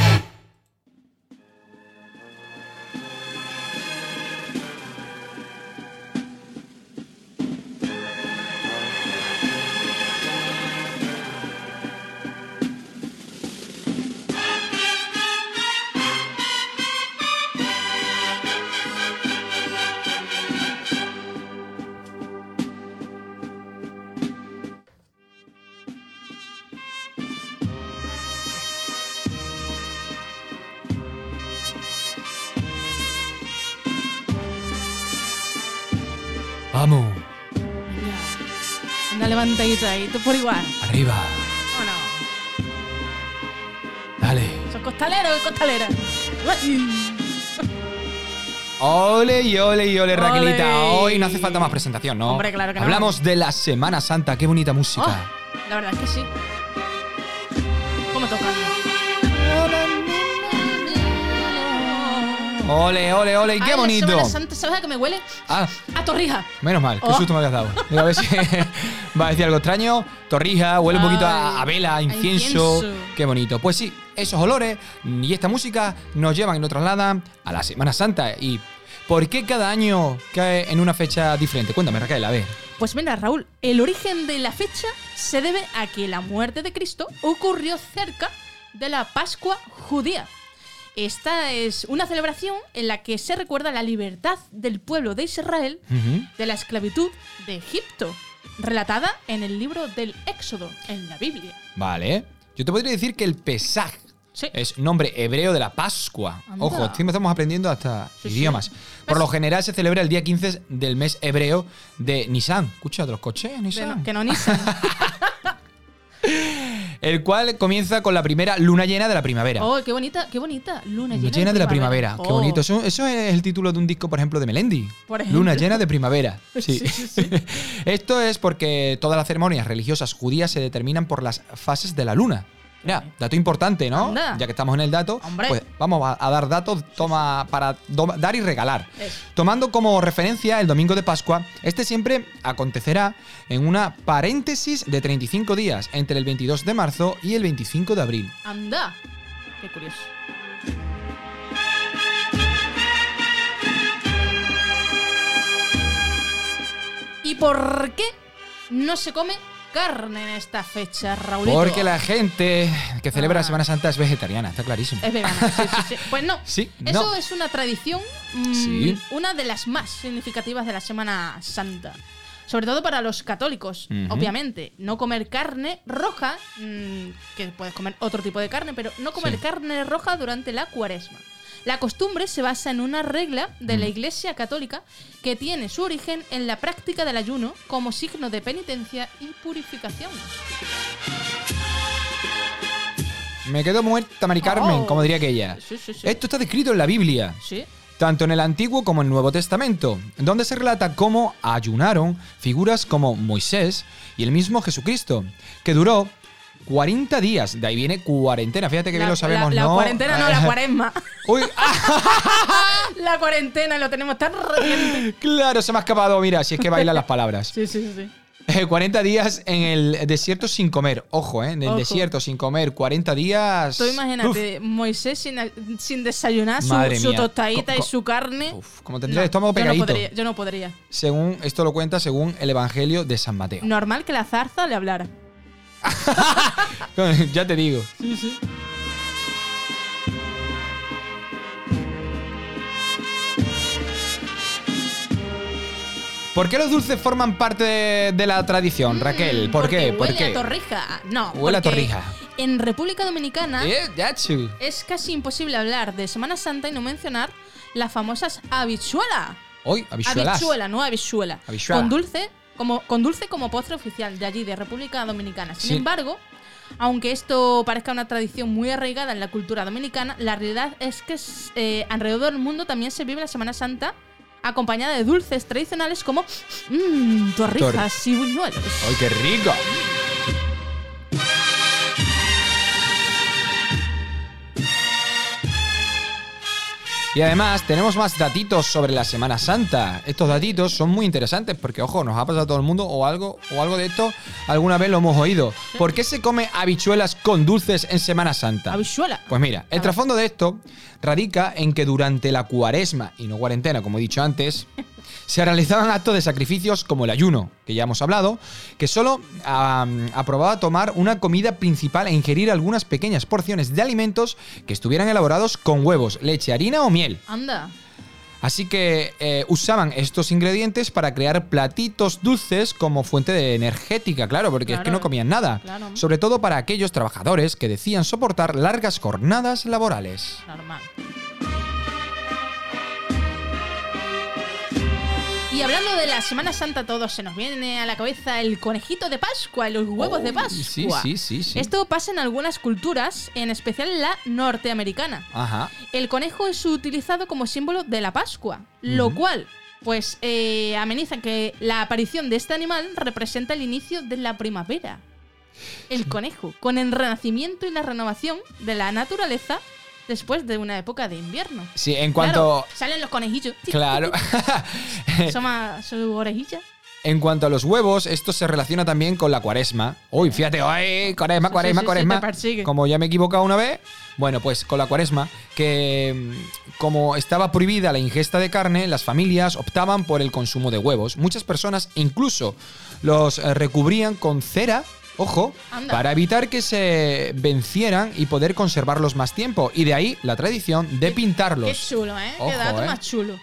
Vamos. Una levantadita ahí, tú por igual. Arriba. Vámonos. Dale. ¿Sos costalero o costalera? Ole y ole y ole, Raquelita. Ole. Hoy no hace falta más presentación, ¿no? Hombre, claro que no. Hablamos de la Semana Santa. Qué bonita música. Oh, la verdad es que sí. ¿Cómo tocan? Ole, ole, ole. Y qué Ay, bonito. La Semana Santa, ¿sabes a qué me huele? Ah, A torrija. menos mal. Qué Oh. susto me habías dado. Digo, a ver si va a decir algo extraño. Torrija, huele un poquito a, Ay, a vela, a a incienso. incienso. Qué bonito. Pues sí, esos olores y esta música nos llevan y nos trasladan a la Semana Santa. ¿Y por qué cada año cae en una fecha diferente? Cuéntame, Raquel, a ver. Pues mira, Raúl, el origen de la fecha se debe a que la muerte de Cristo ocurrió cerca de la Pascua judía. Esta es una celebración en la que se recuerda la libertad del pueblo de Israel Uh-huh. de la esclavitud de Egipto, relatada en el libro del Éxodo, en la Biblia. Vale. Yo te podría decir que el Pesaj Sí. es nombre hebreo de la Pascua. Anda. Ojo, encima estamos aprendiendo hasta Sí, idiomas. sí. Por lo general se celebra el día quince del mes hebreo de Nisan. Escucha, de los coches, De Nisan. no- que no Nisan. El cual comienza con la primera luna llena de la primavera. Oh, qué bonita, qué bonita. Luna Luna llena, llena de la primavera. Qué Oh. bonito. Eso, eso es el título de un disco, por ejemplo, de Melendi. Por ejemplo. Luna llena de primavera. Sí. Sí, sí, sí. Esto es porque todas las ceremonias religiosas judías se determinan por las fases de la luna. Mira, dato importante, ¿no? Anda. Ya que estamos en el dato, Hombre. pues vamos a, a dar datos toma, para do- dar y regalar. Eso. Tomando como referencia el domingo de Pascua, este siempre acontecerá en una paréntesis de treinta y cinco días entre el veintidós de marzo y el veinticinco de abril. Anda. Qué curioso. ¿Y por qué no se come carne en esta fecha, Raulito? Porque la gente que celebra Ah. la Semana Santa es vegetariana, está clarísimo. Es vegana, sí, sí, sí. Pues no. Sí, Eso no. es una tradición, mm, Sí. una de las más significativas de la Semana Santa. Sobre todo para los católicos, Ujú. obviamente. No comer carne roja, mm, que puedes comer otro tipo de carne, pero no comer Sí. carne roja durante la cuaresma. La costumbre se basa en una regla de la Mm. Iglesia Católica que tiene su origen en la práctica del ayuno como signo de penitencia y purificación. Me quedo muerta, Mari Carmen, Oh. como diría aquella. Sí, sí, sí. Esto está descrito en la Biblia, Sí. tanto en el Antiguo como en el Nuevo Testamento, donde se relata cómo ayunaron figuras como Moisés y el mismo Jesucristo, que duró cuarenta días. De ahí viene cuarentena. Fíjate que bien La- lo sabemos, la, ¿no? La cuarentena no, la cuaresma. Uy, ah, La cuarentena lo tenemos tan reciente. claro, se me ha escapado. Mira, si es que bailan las palabras. Sí, sí, sí. Eh, cuarenta días en el desierto sin comer. Ojo, ¿eh? En el Ojo. desierto sin comer. cuarenta días. Tú imagínate, Uf, Moisés sin, sin desayunar, su, Madre su mía. tostadita Co- y co- su carne. uf, como tendría el No, estómago yo no pegadito. podría, yo no podría. Según esto lo cuenta según el Evangelio de San Mateo. Normal que la zarza le hablara. Ya te digo. Sí, sí. ¿Por qué los dulces forman parte de, de la tradición, Raquel? ¿Por Porque qué? ¿Por huele qué? a torrija. No, Huele a porque torrija. En República Dominicana Eh, ya, chu. es casi imposible hablar de Semana Santa y no mencionar las famosas habichuelas. Hoy, habichuelas. Habichuela, no habichuela. Habichuela. Con dulce, como, con dulce como postre oficial de allí, de República Dominicana. Sin Sí. embargo, aunque esto parezca una tradición muy arraigada en la cultura dominicana, la realidad es que eh, alrededor del mundo también se vive la Semana Santa acompañada de dulces tradicionales como mmm, torrijas y buñuelos. ¡Ay, qué rico! Y además tenemos más datitos sobre la Semana Santa. Estos datitos son muy interesantes porque, ojo, nos ha pasado a todo el mundo o algo, o algo de esto alguna vez lo hemos oído. ¿Por qué se come habichuelas con dulces en Semana Santa? Habichuela. Pues mira, el trasfondo de esto radica en que durante la cuaresma y no cuarentena, como he dicho antes, se realizaban actos de sacrificios como el ayuno, que ya hemos hablado, que solo um, aprobaba tomar una comida principal e ingerir algunas pequeñas porciones de alimentos que estuvieran elaborados con huevos, leche, harina o miel. Anda. Así que eh, usaban estos ingredientes para crear platitos dulces como fuente de energética, claro, porque Claro. es que no comían nada. Claro. Sobre todo para aquellos trabajadores que decían soportar largas jornadas laborales. Normal. Y hablando de la Semana Santa, todo se nos viene a la cabeza el conejito de Pascua, los huevos Oh, de Pascua. sí, sí, sí, sí. Esto pasa en algunas culturas, en especial en la norteamericana. Ajá. El conejo es utilizado como símbolo de la Pascua, lo Ujú. cual, pues, eh, ameniza que la aparición de este animal representa el inicio de la primavera. El conejo, con el renacimiento y la renovación de la naturaleza después de una época de invierno. Sí, en cuanto... Claro, salen los conejillos. Claro. Son más su orejilla. En cuanto a los huevos, esto se relaciona también con la cuaresma. Uy, fíjate, ¡ay! Cuaresma, Sí, cuaresma, sí, sí, cuaresma. te persigue. Como ya me he equivocado una vez. Bueno, pues con la cuaresma, que mm, como estaba prohibida la ingesta de carne, las familias optaban por el consumo de huevos. Muchas personas incluso los eh, recubrían con cera. Ojo, Anda. para evitar que se vencieran y poder conservarlos más tiempo. Y de ahí la tradición de pintarlos. Qué chulo, ¿eh? Ojo, Qué dato ¿eh? más chulo.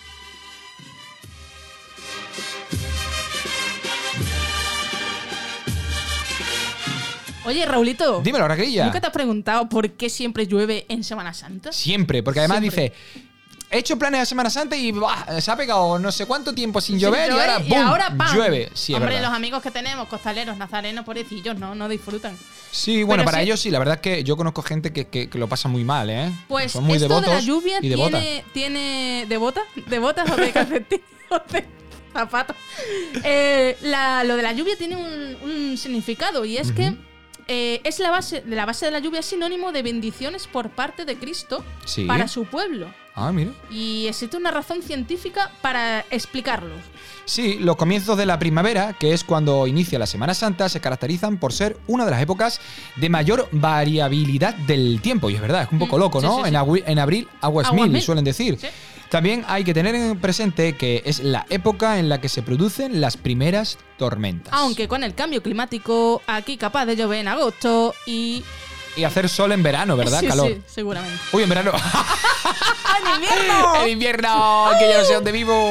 Oye, Raulito. Dímelo, Raquelilla. ¿Nunca te has preguntado por qué siempre llueve en Semana Santa? Siempre, porque además Siempre. dice, he hecho planes de Semana Santa y ¡buah! Se ha pegado no sé cuánto tiempo sin, Sin llover y ahora, llover, ¡bum! y ahora, ¡pam! Llueve. Sí, es Hombre, verdad. los amigos que tenemos, costaleros, nazarenos, pobrecillos, no, no disfrutan. Sí, bueno, Pero para sí- ellos sí, la verdad es que yo conozco gente que, que- que lo pasa muy mal, ¿eh? Pues Son muy esto devotos de la lluvia y devotas. tiene, tiene... ¿De botas? ¿De botas o de calcetines? ¿O de zapatos? Eh, la- lo de la lluvia tiene un, un significado y es que eh, es la base, la base de la lluvia es sinónimo de bendiciones por parte de Cristo Sí. para su pueblo. Ah, mira. Y existe una razón científica para explicarlo. Sí, los comienzos de la primavera, que es cuando inicia la Semana Santa, se caracterizan por ser una de las épocas de mayor variabilidad del tiempo. Y es verdad, es un poco Mm, loco, sí, ¿no? sí, sí. En, agui- en abril, aguas, Aguas mil, mil. suelen decir. Sí. También hay que tener en presente que es la época en la que se producen las primeras tormentas. Aunque con el cambio climático, aquí capaz de llover en agosto y... Y hacer sol en verano, ¿verdad? Sí, Calor. sí, seguramente. Uy, en verano. ¡En invierno! ¡En invierno! ¡Que yo no sé dónde vivo!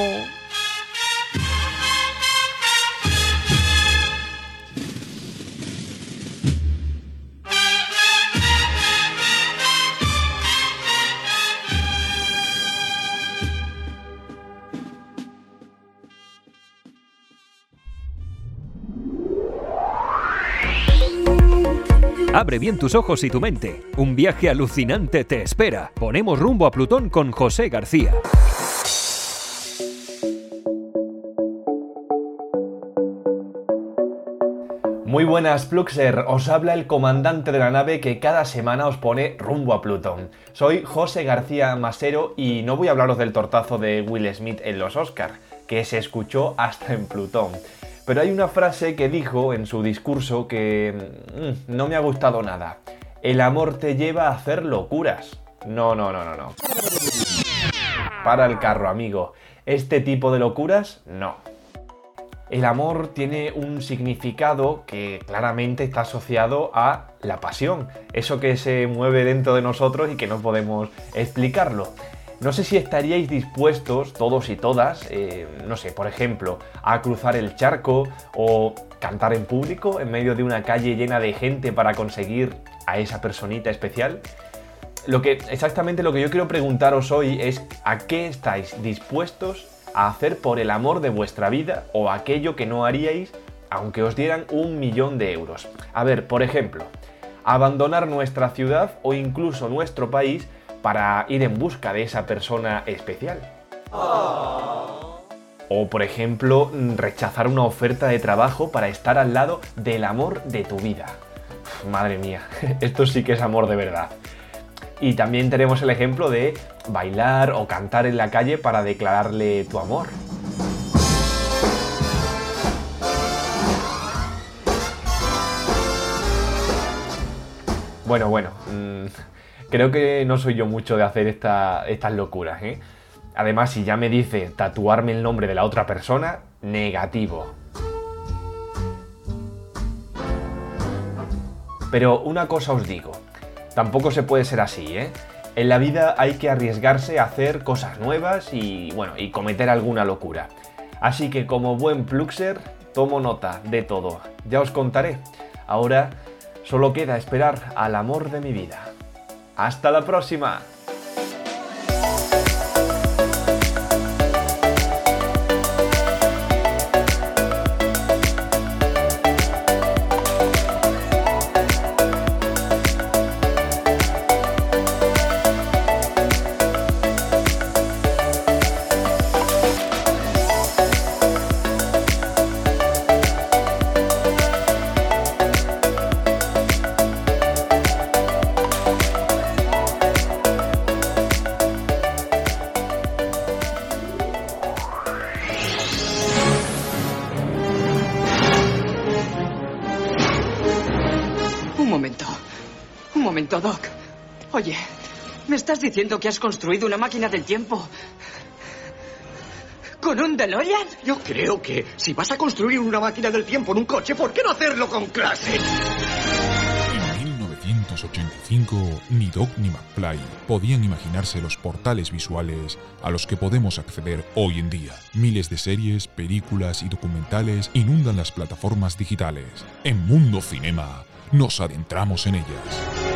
Abre bien tus ojos y tu mente. Un viaje alucinante te espera. Ponemos rumbo a Plutón con José García. Muy buenas, Pluxer. Os habla el comandante de la nave que cada semana os pone rumbo a Plutón. Soy José García Masero y no voy a hablaros del tortazo de Will Smith en los Oscar, que se escuchó hasta en Plutón. Pero hay una frase que dijo en su discurso que mmm, no me ha gustado nada. El amor te lleva a hacer locuras. No, no, no, no, no. Para el carro, amigo. Este tipo de locuras, no. El amor tiene un significado que claramente está asociado a la pasión. Eso que se mueve dentro de nosotros y que no podemos explicarlo. No sé si estaríais dispuestos, todos y todas, eh, no sé, por ejemplo, a cruzar el charco o cantar en público en medio de una calle llena de gente para conseguir a esa personita especial. Lo que, exactamente lo que yo quiero preguntaros hoy es ¿a qué estáis dispuestos a hacer por el amor de vuestra vida o aquello que no haríais aunque os dieran un millón de euros? A ver, por ejemplo, abandonar nuestra ciudad o incluso nuestro país para ir en busca de esa persona especial. Oh. O, por ejemplo, rechazar una oferta de trabajo para estar al lado del amor de tu vida. Uf, madre mía, esto sí que es amor de verdad. Y también tenemos el ejemplo de bailar o cantar en la calle para declararle tu amor. Bueno, bueno... Mmm... Creo que no soy yo mucho de hacer esta, estas locuras, ¿eh? Además, si ya me dice tatuarme el nombre de la otra persona, negativo. Pero una cosa os digo, tampoco se puede ser así, ¿eh? En la vida hay que arriesgarse a hacer cosas nuevas y, bueno, y cometer alguna locura. Así que como buen Pluxer, tomo nota de todo. Ya os contaré. Ahora solo queda esperar al amor de mi vida. ¡Hasta la próxima! Doc. Oye, ¿me estás diciendo que has construido una máquina del tiempo con un DeLorean? Yo creo que si vas a construir una máquina del tiempo en un coche, ¿por qué no hacerlo con clase? En mil novecientos ochenta y cinco, ni Doc ni McFly podían imaginarse los portales visuales a los que podemos acceder hoy en día. Miles de series, películas y documentales inundan las plataformas digitales. En Mundo Cinema nos adentramos en ellas.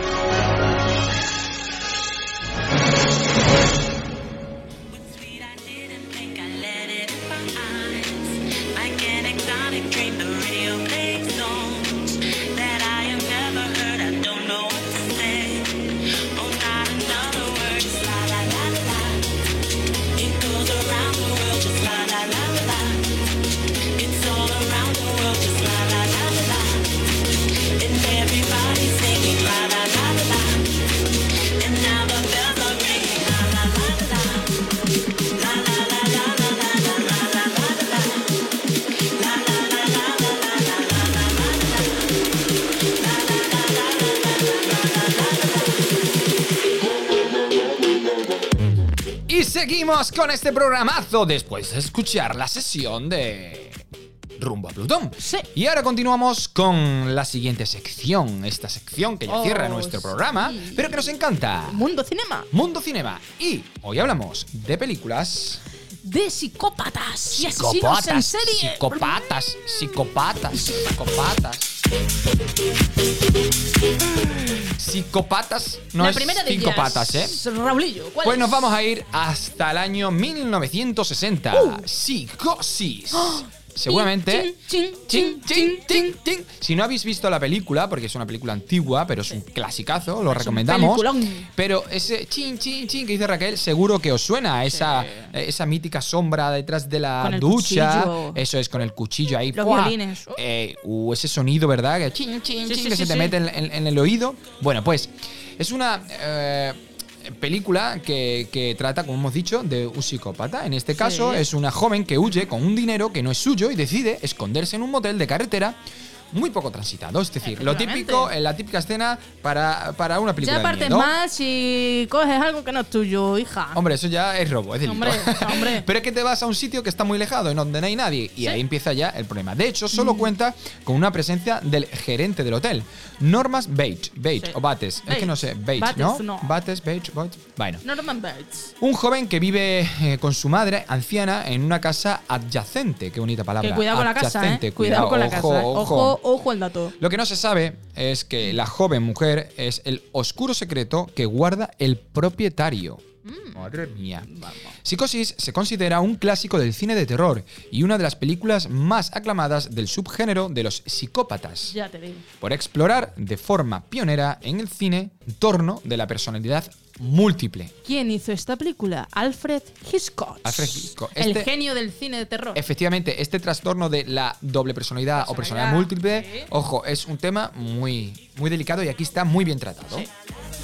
Seguimos con este programazo después de escuchar la sesión de Rumbo a Plutón. Sí. Y ahora continuamos con la siguiente sección. Esta sección que ya Oh, cierra nuestro sí. programa, pero que nos encanta. Mundo Cinema. Mundo Cinema. Y hoy hablamos de películas de psicópatas y asesinos en serie. Psicópatas, psicópatas, psicópatas. Psicópatas, no La es primera de cinco ellas, patas, ¿eh? Raulillo, ¿cuál Pues es? nos vamos a ir hasta el año mil novecientos sesenta. Uh. Psicosis. ¡Oh! Seguramente. Chin, Chin, chin, chin, chin. Si no habéis visto la película, porque es una película antigua, pero es un clasicazo, lo Es un recomendamos. peliculón. Pero ese chin, chin, chin que dice Raquel, seguro que os suena esa, Sí. esa mítica sombra detrás de la Con el ducha. cuchillo. Eso es, con el cuchillo ahí. Los ¡fua! violines. Eh, uh, ese sonido, ¿verdad? Que chin, chin, Sí, chin, sí, que sí, se te sí. mete en, en- en el oído. Bueno, pues es una... eh, película que, que trata, como hemos dicho, de un psicópata. En este caso sí. es una joven que huye con un dinero que no es suyo y decide esconderse en un motel de carretera muy poco transitado. Es decir, lo típico, la típica escena para, para una película ya de partes miedo. mal si coges algo que no es tuyo, hija. Hombre, eso ya es robo, es delito. Hombre, hombre. Pero es que te vas a un sitio que está muy alejado, en donde no hay nadie. Y ¿sí? ahí empieza ya el problema. De hecho, solo mm. cuenta con una presencia del gerente del hotel, Norman Bates. Bates sí. o Bates. Bates. Es que no sé, Bates, Bates ¿no? no. Bates, Bates, Bates. Bueno. Norman Bates. Un joven que vive eh, con su madre anciana en una casa adyacente. Qué bonita palabra. Que cuidado con la casa, ¿eh? Cuidado, cuidado con la ojo, casa. Ojo, ojo, ojo el dato. Lo que no se sabe es que la joven mujer es el oscuro secreto que guarda el propietario. Mm. Madre mía. Vamos. Psicosis se considera un clásico del cine de terror y una de las películas más aclamadas del subgénero de los psicópatas. Ya te digo. Por explorar de forma pionera en el cine en torno de la personalidad múltiple. ¿Quién hizo esta película? Alfred Hitchcock. Alfred Hitchcock. Este, el este, genio del cine de terror. Efectivamente, este trastorno de la doble personalidad, personalidad o personalidad múltiple, sí. ojo, es un tema muy, muy delicado y aquí está muy bien tratado. Sí.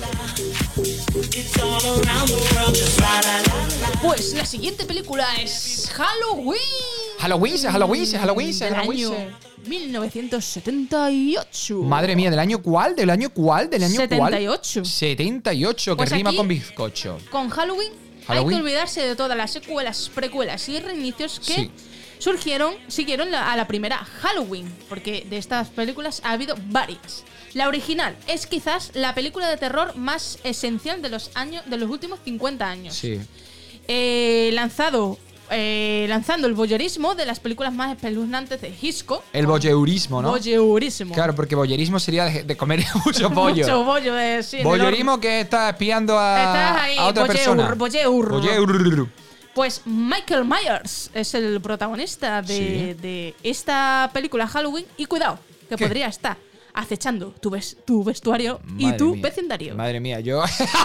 Pues la siguiente película es Halloween. Halloween, Halloween, Halloween, del Halloween. año mil novecientos setenta y ocho. Madre mía, ¿del año cuál? ¿Del año cuál? ¿Del año setenta y ocho. cuál? setenta y ocho, Pues que rima aquí, con bizcocho. Con Halloween, Halloween, hay que olvidarse de todas las secuelas, precuelas y reinicios que sí. surgieron, siguieron la, a la primera Halloween, porque de estas películas ha habido varias. La original es quizás la película de terror más esencial de los años, de los últimos cincuenta años. Sí. Eh, lanzado Eh, lanzando el voyeurismo de las películas más espeluznantes de Hitchcock. El voyeurismo, ¿no? Voyeurismo. Claro, porque voyeurismo sería de, de comer mucho pollo. Mucho pollo, eh, sí. Voyeurismo que está espiando a, ahí, a otra voyeur, persona. Voyeur. Voyeur. Pues Michael Myers es el protagonista de, sí. de esta película Halloween. Y cuidado, que ¿qué? Podría estar acechando tu, ves, tu vestuario Madre y tu mía. vecindario. Madre mía, yo...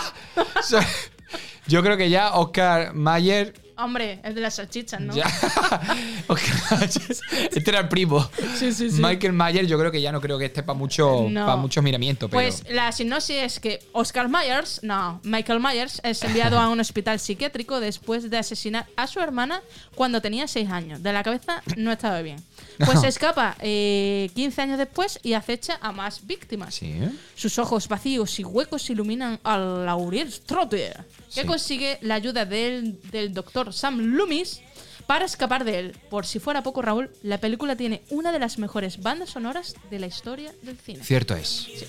yo creo que ya Oscar Mayer... Hombre, el de las salchichas, ¿no? Ya. Este era el primo. Sí, sí, sí. Michael Myers, yo creo que ya no creo que esté para mucho, no. pa muchos miramientos. Pero... Pues la sinopsis es que Oscar Myers, no, Michael Myers, es enviado a un hospital psiquiátrico después de asesinar a su hermana cuando tenía seis años. De la cabeza no estaba bien. Pues no. se escapa eh, quince años después y acecha a más víctimas. Sí. Sus ojos vacíos y huecos iluminan a Laurie Strode, que sí. consigue la ayuda del, del doctor Sam Loomis para escapar de él. Por si fuera poco, Raúl, la película tiene una de las mejores bandas sonoras de la historia del cine. Cierto es. Sí.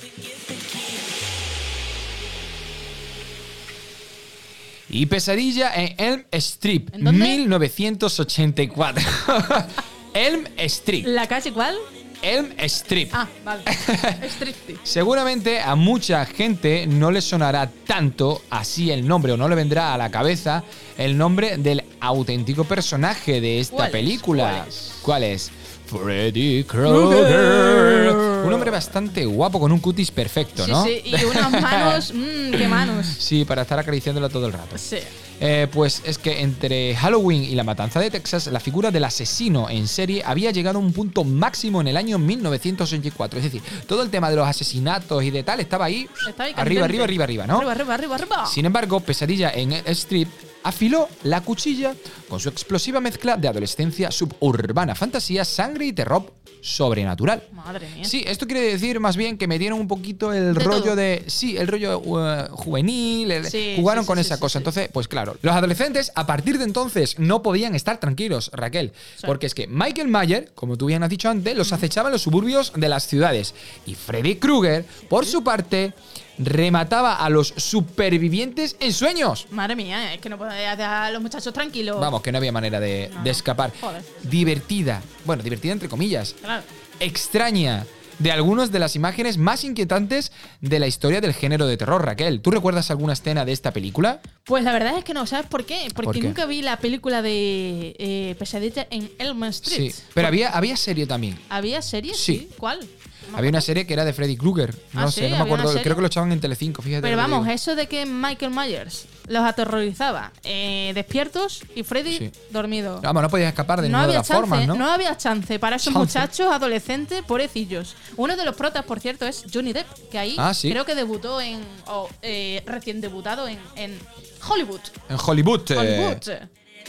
Y Pesadilla en Elm Street, ¿En dónde? mil novecientos ochenta y cuatro. Elm Street. ¿La calle cuál? Elm Street. Ah, vale. Street. Seguramente a mucha gente no le sonará tanto así el nombre o no le vendrá a la cabeza el nombre del auténtico personaje de esta ¿Cuál película. es? ¿Cuál es? Freddy Krueger. Un hombre bastante guapo con un cutis perfecto, sí, ¿no? Sí, y unas manos, mmm, qué manos. Sí, para estar acariciándolo todo el rato. Sí. Eh, pues es que entre Halloween y la matanza de Texas, la figura del asesino en serie había llegado a un punto máximo en el año mil novecientos ochenta y cuatro. Es decir, todo el tema de los asesinatos y de tal estaba ahí, Está ahí arriba, arriba, arriba, arriba, ¿no? Arriba, arriba, arriba, arriba. Sin embargo, Pesadilla en el Strip afiló la cuchilla con su explosiva mezcla de adolescencia suburbana, fantasía, sangre y terror sobrenatural. Madre mía. Sí, esto quiere decir más bien que metieron un poquito el de rollo todo. de... Sí, el rollo uh, juvenil, el, sí, jugaron sí, con sí, esa sí, cosa. sí. Entonces, pues claro, los adolescentes a partir de entonces no podían estar tranquilos, Raquel. Sí. Porque es que Michael Myers, como tú bien has dicho antes, los acechaba en los suburbios de las ciudades. Y Freddy Krueger, por su parte, remataba a los supervivientes en sueños. Madre mía, es que no podía dejar a los muchachos tranquilos. Vamos, que no había manera de, No. de escapar. Joder. Divertida. Bueno, divertida entre comillas. Claro. Extraña. De algunas de las imágenes más inquietantes de la historia del género de terror, Raquel. ¿Tú recuerdas alguna escena de esta película? Pues la verdad es que no, ¿sabes por qué? Porque ¿Por qué? nunca vi la película de eh, Pesadilla en Elm Street. Sí, pero había, había serie también. ¿Había serie? Sí. Sí. ¿Cuál? Había una serie que era de Freddy Krueger. No ¿Ah, sé, sí? no me ¿Había una acuerdo. serie? Creo que lo echaban en Telecinco, fíjate. Pero lo que vamos, digo. eso de que Michael Myers los aterrorizaba eh, despiertos y Freddy Sí. dormido. Vamos, no podías escapar de No ninguna de había las chance, formas, ¿no? no había chance para esos Chance. muchachos adolescentes, pobrecillos. Uno de los protas, por cierto, es Johnny Depp, que ahí Ah, ¿sí? creo que debutó en. o eh, recién debutado en, en Hollywood. En Hollywood. eh, Hollywood.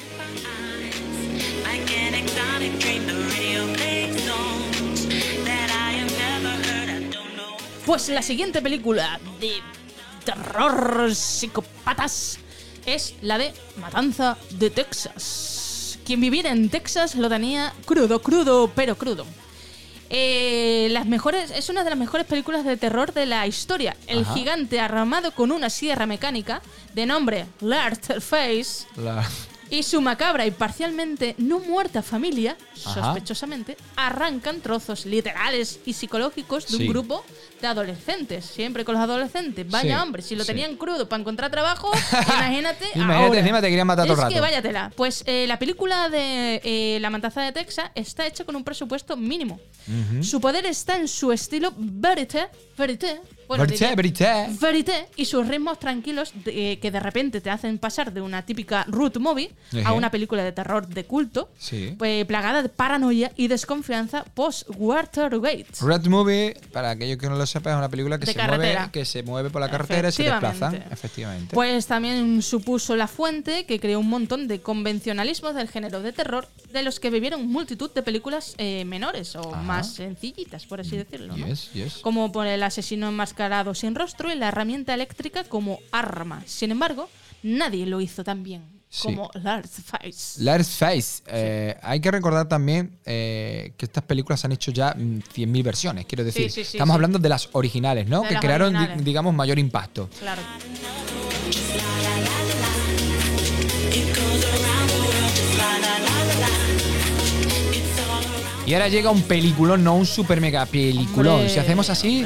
Pues la siguiente película de terror psicópatas es la de Matanza de Texas. Quien viviera en Texas lo tenía crudo, crudo, pero crudo. Eh, las mejores, es una de las mejores películas de terror de la historia. El Ajá. gigante armado con una sierra mecánica de nombre Leatherface La... y su macabra y parcialmente no muerta familia, Ajá. sospechosamente, arrancan trozos literales y psicológicos de un Sí. grupo de adolescentes. Siempre con los adolescentes. Vaya Sí, hombre, si lo sí. tenían crudo para encontrar trabajo, imagínate. Imagínate, ahora. encima te querían matar todo el Es rato. que váyatela. Pues eh, la película de eh, La Matanza de Texas está hecha con un presupuesto mínimo. Ujú. Su poder está en su estilo verité, verité, bueno, Verité, diría- verité. verité y sus ritmos tranquilos de- eh, que de repente te hacen pasar de una típica road movie a Ejé. una película de terror de culto, Sí. pues plagada de paranoia y desconfianza post-Watergate. Red Movie, para aquellos que no lo sepan, es una película que, De se carretera. mueve, que se mueve por la carretera y se Efectivamente. desplazan. Efectivamente. Pues también supuso la fuente que creó un montón de convencionalismos del género de terror, de los que vivieron multitud de películas eh, menores o Ajá. más sencillitas, por así decirlo. ¿no? Yes, yes. Como por el asesino enmascarado sin rostro y la herramienta eléctrica como arma. Sin embargo, nadie lo hizo tan bien Sí. como Leatherface. Leatherface. Eh, hay que recordar también eh, que estas películas han hecho ya mm, cien mil versiones, quiero decir. sí, sí, Estamos sí. hablando de las originales, ¿no? De que las crearon, di- originales. digamos, mayor impacto. Claro. Y ahora llega un peliculón, no un super mega peliculón. Hombre, si hacemos así.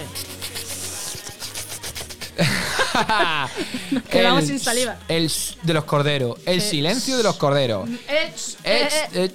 Nos quedamos sin saliva. El s- de los corderos. El Sí. silencio de los corderos. Eh, eh, Ech, eh. ech.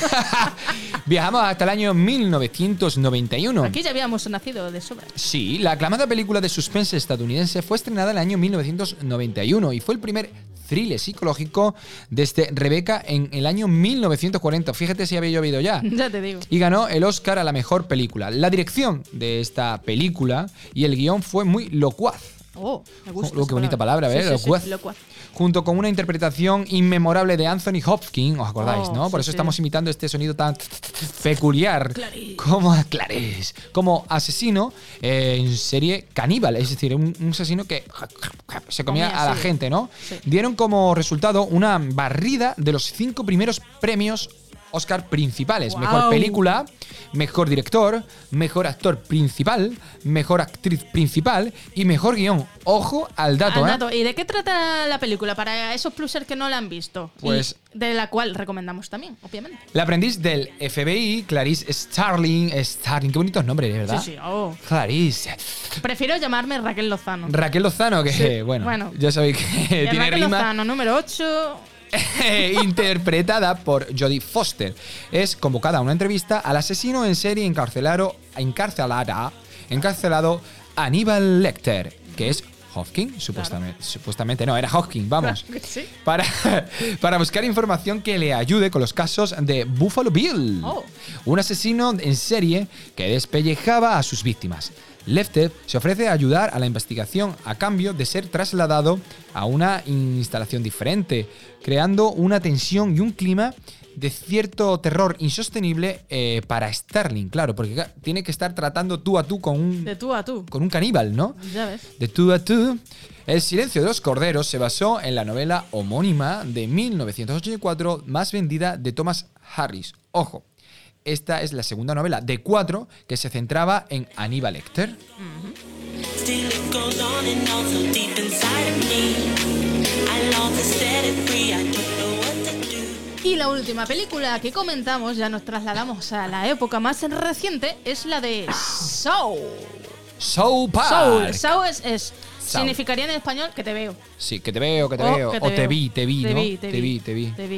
Viajamos hasta el año mil novecientos noventa y uno. Aquí ya habíamos nacido de sobra. Sí, la aclamada película de suspense estadounidense fue estrenada en el año mil novecientos noventa y uno y fue el primer thriller psicológico desde Rebecca en el año mil novecientos cuarenta. Fíjate si había llovido ya. Ya te digo. Y ganó el Oscar a la mejor película. La dirección de esta película y el guión fue muy locuaz. Oh, me gusta. Oh, esa qué bonita palabra, Sí, ¿ves? sí, sí, Locuaz. locuaz. Junto con una interpretación inmemorable de Anthony Hopkins, ¿os acordáis, Oh, no? Por sí, eso sí. estamos imitando este sonido tan peculiar Clarice. como Clarice, como asesino eh, en serie caníbal, es decir, un, un asesino que se comía, Comía, a la sí. gente, ¿no? Sí. Dieron como resultado una barrida de los cinco primeros premios Oscar principales. Guau. Mejor película, mejor director, mejor actor principal, mejor actriz principal y mejor guión. Ojo al dato, Al ¿eh? dato. ¿Y de qué trata la película para esos plusers que no la han visto? Pues- Y de la cual recomendamos también, obviamente. La aprendiz del F B I, Clarice Starling. Starling, qué bonitos nombres, ¿verdad? Sí, sí. Oh. Clarice. Prefiero llamarme Raquel Lozano. Raquel Lozano, que Sí, bueno, bueno. ya sabéis que Eh, tiene Raquel rima. Lozano, número ocho. Interpretada por Jodie Foster. Es convocada a una entrevista al asesino en serie encarcelado, encarcelada, encarcelado Aníbal Lecter, que es Hopkins, supuestamente. Supuestamente no, era Hopkins, vamos. Claro que sí. Para, para buscar información que le ayude con los casos de Buffalo Bill, Oh. un asesino en serie que despellejaba a sus víctimas. Lecter se ofrece a ayudar a la investigación a cambio de ser trasladado a una instalación diferente, creando una tensión y un clima de cierto terror insostenible eh, para Starling, claro, porque claro, tiene que estar tratando tú a tú con un, De tú a tú. con un caníbal, ¿no? Ya ves. De tú a tú. El silencio de los corderos se basó en la novela homónima de mil novecientos ochenta y cuatro más vendida de Thomas Harris. Ojo, esta es la segunda novela de cuatro que se centraba en Aníbal Lecter. Still it goes on and on so deep inside of me. I long to set it free. I don't know what to do. Y la última película que comentamos, ya nos trasladamos a la época más reciente, es la de Saw. South Park. Saw. Saw es, es Saw. significaría en español que te veo. Sí, que te veo, que te O veo. que o te veo. vi, te vi, Te ¿no? vi, te te vi, vi, te vi. Te vi.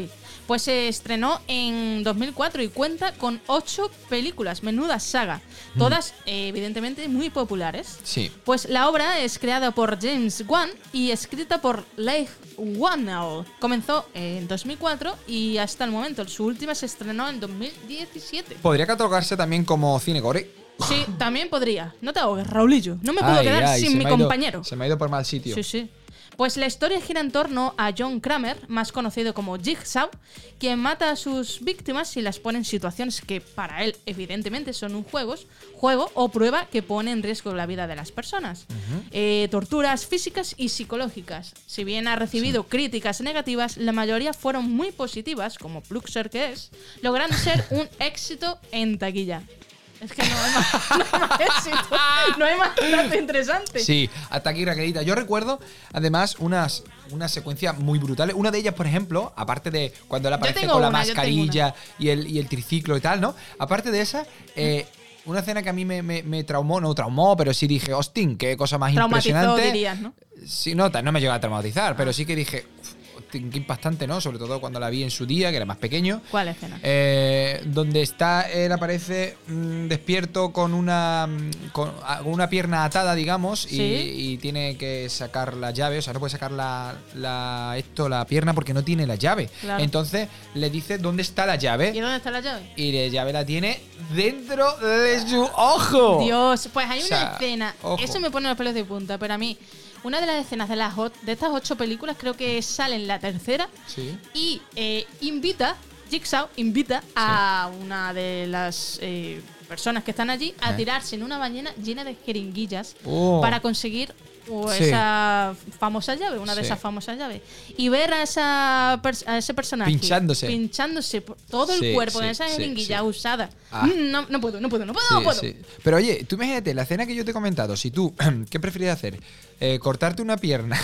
Pues se estrenó en dos mil cuatro y cuenta con ocho películas, menuda saga, todas mm. eh, evidentemente muy populares. Sí. Pues la obra es creada por James Wan y escrita por Leigh Whannell. Comenzó en dos mil cuatro y hasta el momento su última se estrenó en dos mil diecisiete. ¿Podría catalogarse también como cine gore? Sí, también podría. No te ahogues, Raulillo. No me puedo ay, quedar ay, sin mi ido, compañero. Se me ha ido por mal sitio. Sí, sí. Pues la historia gira en torno a John Kramer, más conocido como Jigsaw, quien mata a sus víctimas y las pone en situaciones que para él evidentemente son un juegos, juego o prueba que pone en riesgo la vida de las personas. Uh-huh. Eh, torturas físicas y psicológicas. Si bien ha recibido sí. críticas negativas, la mayoría fueron muy positivas, como Pluxer que es, logrando ser un éxito en taquilla. Es que no hay más, no hay más éxito, no hay más dato interesante. Sí, hasta aquí Raquelita. Yo recuerdo, además, unas, unas secuencias muy brutales. Una de ellas, por ejemplo, aparte de cuando él aparece con la una, mascarilla y el, y el triciclo y tal, ¿no? Aparte de esa, eh, una escena que a mí me, me, me traumó, no traumó, pero sí dije, hostín, qué cosa más Traumatizó, impresionante. dirías, ¿no? Sí, no, no me llegó a traumatizar, pero sí que dije... Qué impactante, ¿no? Sobre todo cuando la vi en su día, que era más pequeño. ¿Cuál escena? Eh, donde está, él aparece mmm, despierto con una con una pierna atada, digamos, ¿sí? y, y tiene que sacar la llave, o sea, no puede sacar la, la esto, la pierna porque no tiene la llave. Claro. Entonces le dice dónde está la llave. ¿Y dónde está la llave? Y la llave la tiene dentro de su ojo. Dios, pues hay o una sea, escena, ojo. Eso me pone los pelos de punta, pero a mí una de las escenas de las de estas ocho películas creo que sale en la tercera sí. y eh, invita, Jigsaw invita sí. a una de las eh, personas que están allí a eh. tirarse en una bañera llena de jeringuillas oh. para conseguir o sí. esa famosa llave, una sí. de esas famosas llaves. Y ver a, esa a ese personaje pinchándose, pinchándose por todo el sí, cuerpo sí, en esa jeringuilla sí, sí. usada. Ah. No, no puedo, no puedo, no puedo, sí, no puedo. Sí. Pero oye, tú imagínate, la escena que yo te he comentado, si tú, ¿qué prefieres hacer? Eh, ¿Cortarte una pierna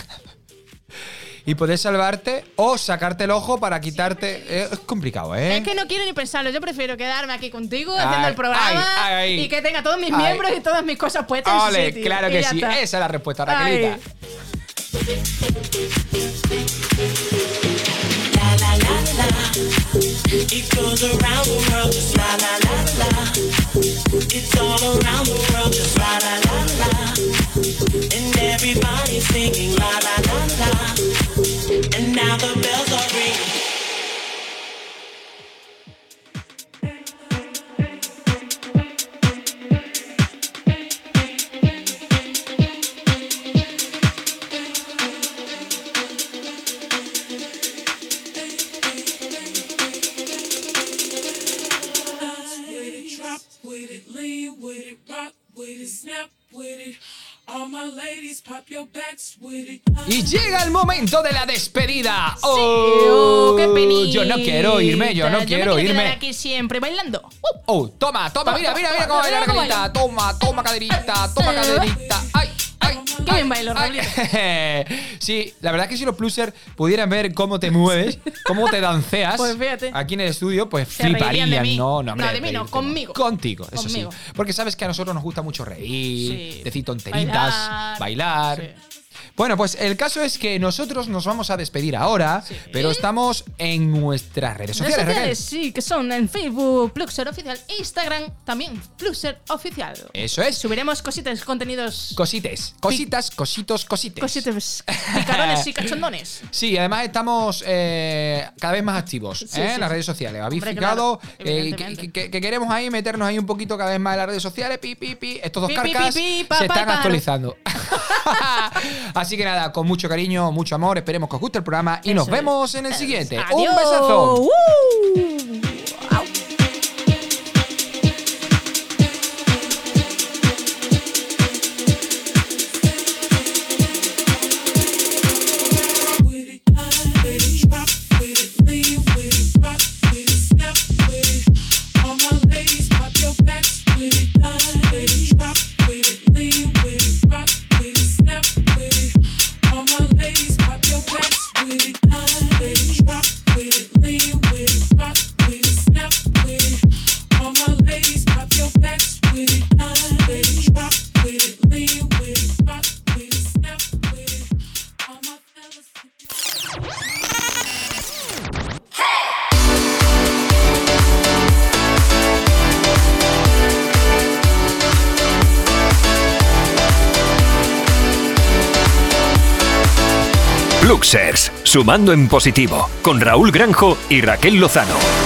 y poder salvarte o sacarte el ojo para quitarte? Eh, es complicado, ¿eh? Es que no quiero ni pensarlo. Yo prefiero quedarme aquí contigo ay, haciendo el programa ay, ay, y que tenga todos mis ay. miembros y todas mis cosas puestas Ole, en su sitio. Claro que sí. Está. Esa es la respuesta, Raquelita. La la la la, it goes around the world just la la la la. It's all around the world just la la la la. And everybody's singing la la la la. And now the bells are ringing. Y llega el momento de la despedida. Sí, oh, qué penita. Yo no quiero irme, yo no yo quiero me irme. aquí siempre bailando. Uh, oh, toma, toma, mira, mira, mira cómo baila la caderita. Toma, toma caderita, toma caderita. Ay, ay. Qué bien bailo, Raulito. Sí, la verdad es que si los plusers pudieran ver cómo te mueves, cómo te danceas pues fíjate. aquí en el estudio, pues Se fliparían. de mí. No, no, hombre, no, de mí no, conmigo. Contigo, eso conmigo. sí. Porque sabes que a nosotros nos gusta mucho reír, sí. decir tonteritas, bailar. bailar. Sí. Bueno, pues el caso es que nosotros nos vamos a despedir ahora, sí. pero estamos en nuestras redes sociales, sociales sí, que son en Facebook, Pluxer Oficial, Instagram, también Pluxer Oficial. Eso es. Subiremos cositas, contenidos. Cosites, cositas, cositos, cosites. Cosites, picarones y cachondones. Sí, además estamos eh, cada vez más activos sí, ¿eh? sí, en las redes sociales. Habéis Hombre, fijado claro, eh, que, que, que queremos ahí meternos ahí un poquito cada vez más en las redes sociales. Pi, pi, pi. Estos dos pi, carcas pi, pi, pi, pa, se pa, están pa, actualizando. Así que nada, con mucho cariño, mucho amor. Esperemos que os guste el programa y Eso nos vemos es. en el siguiente. Adiós. Un besazo. Uh. With it, with it, drop with it, lean with it, rock Luxers, sumando en positivo, con Raúl Granjo y Raquel Lozano.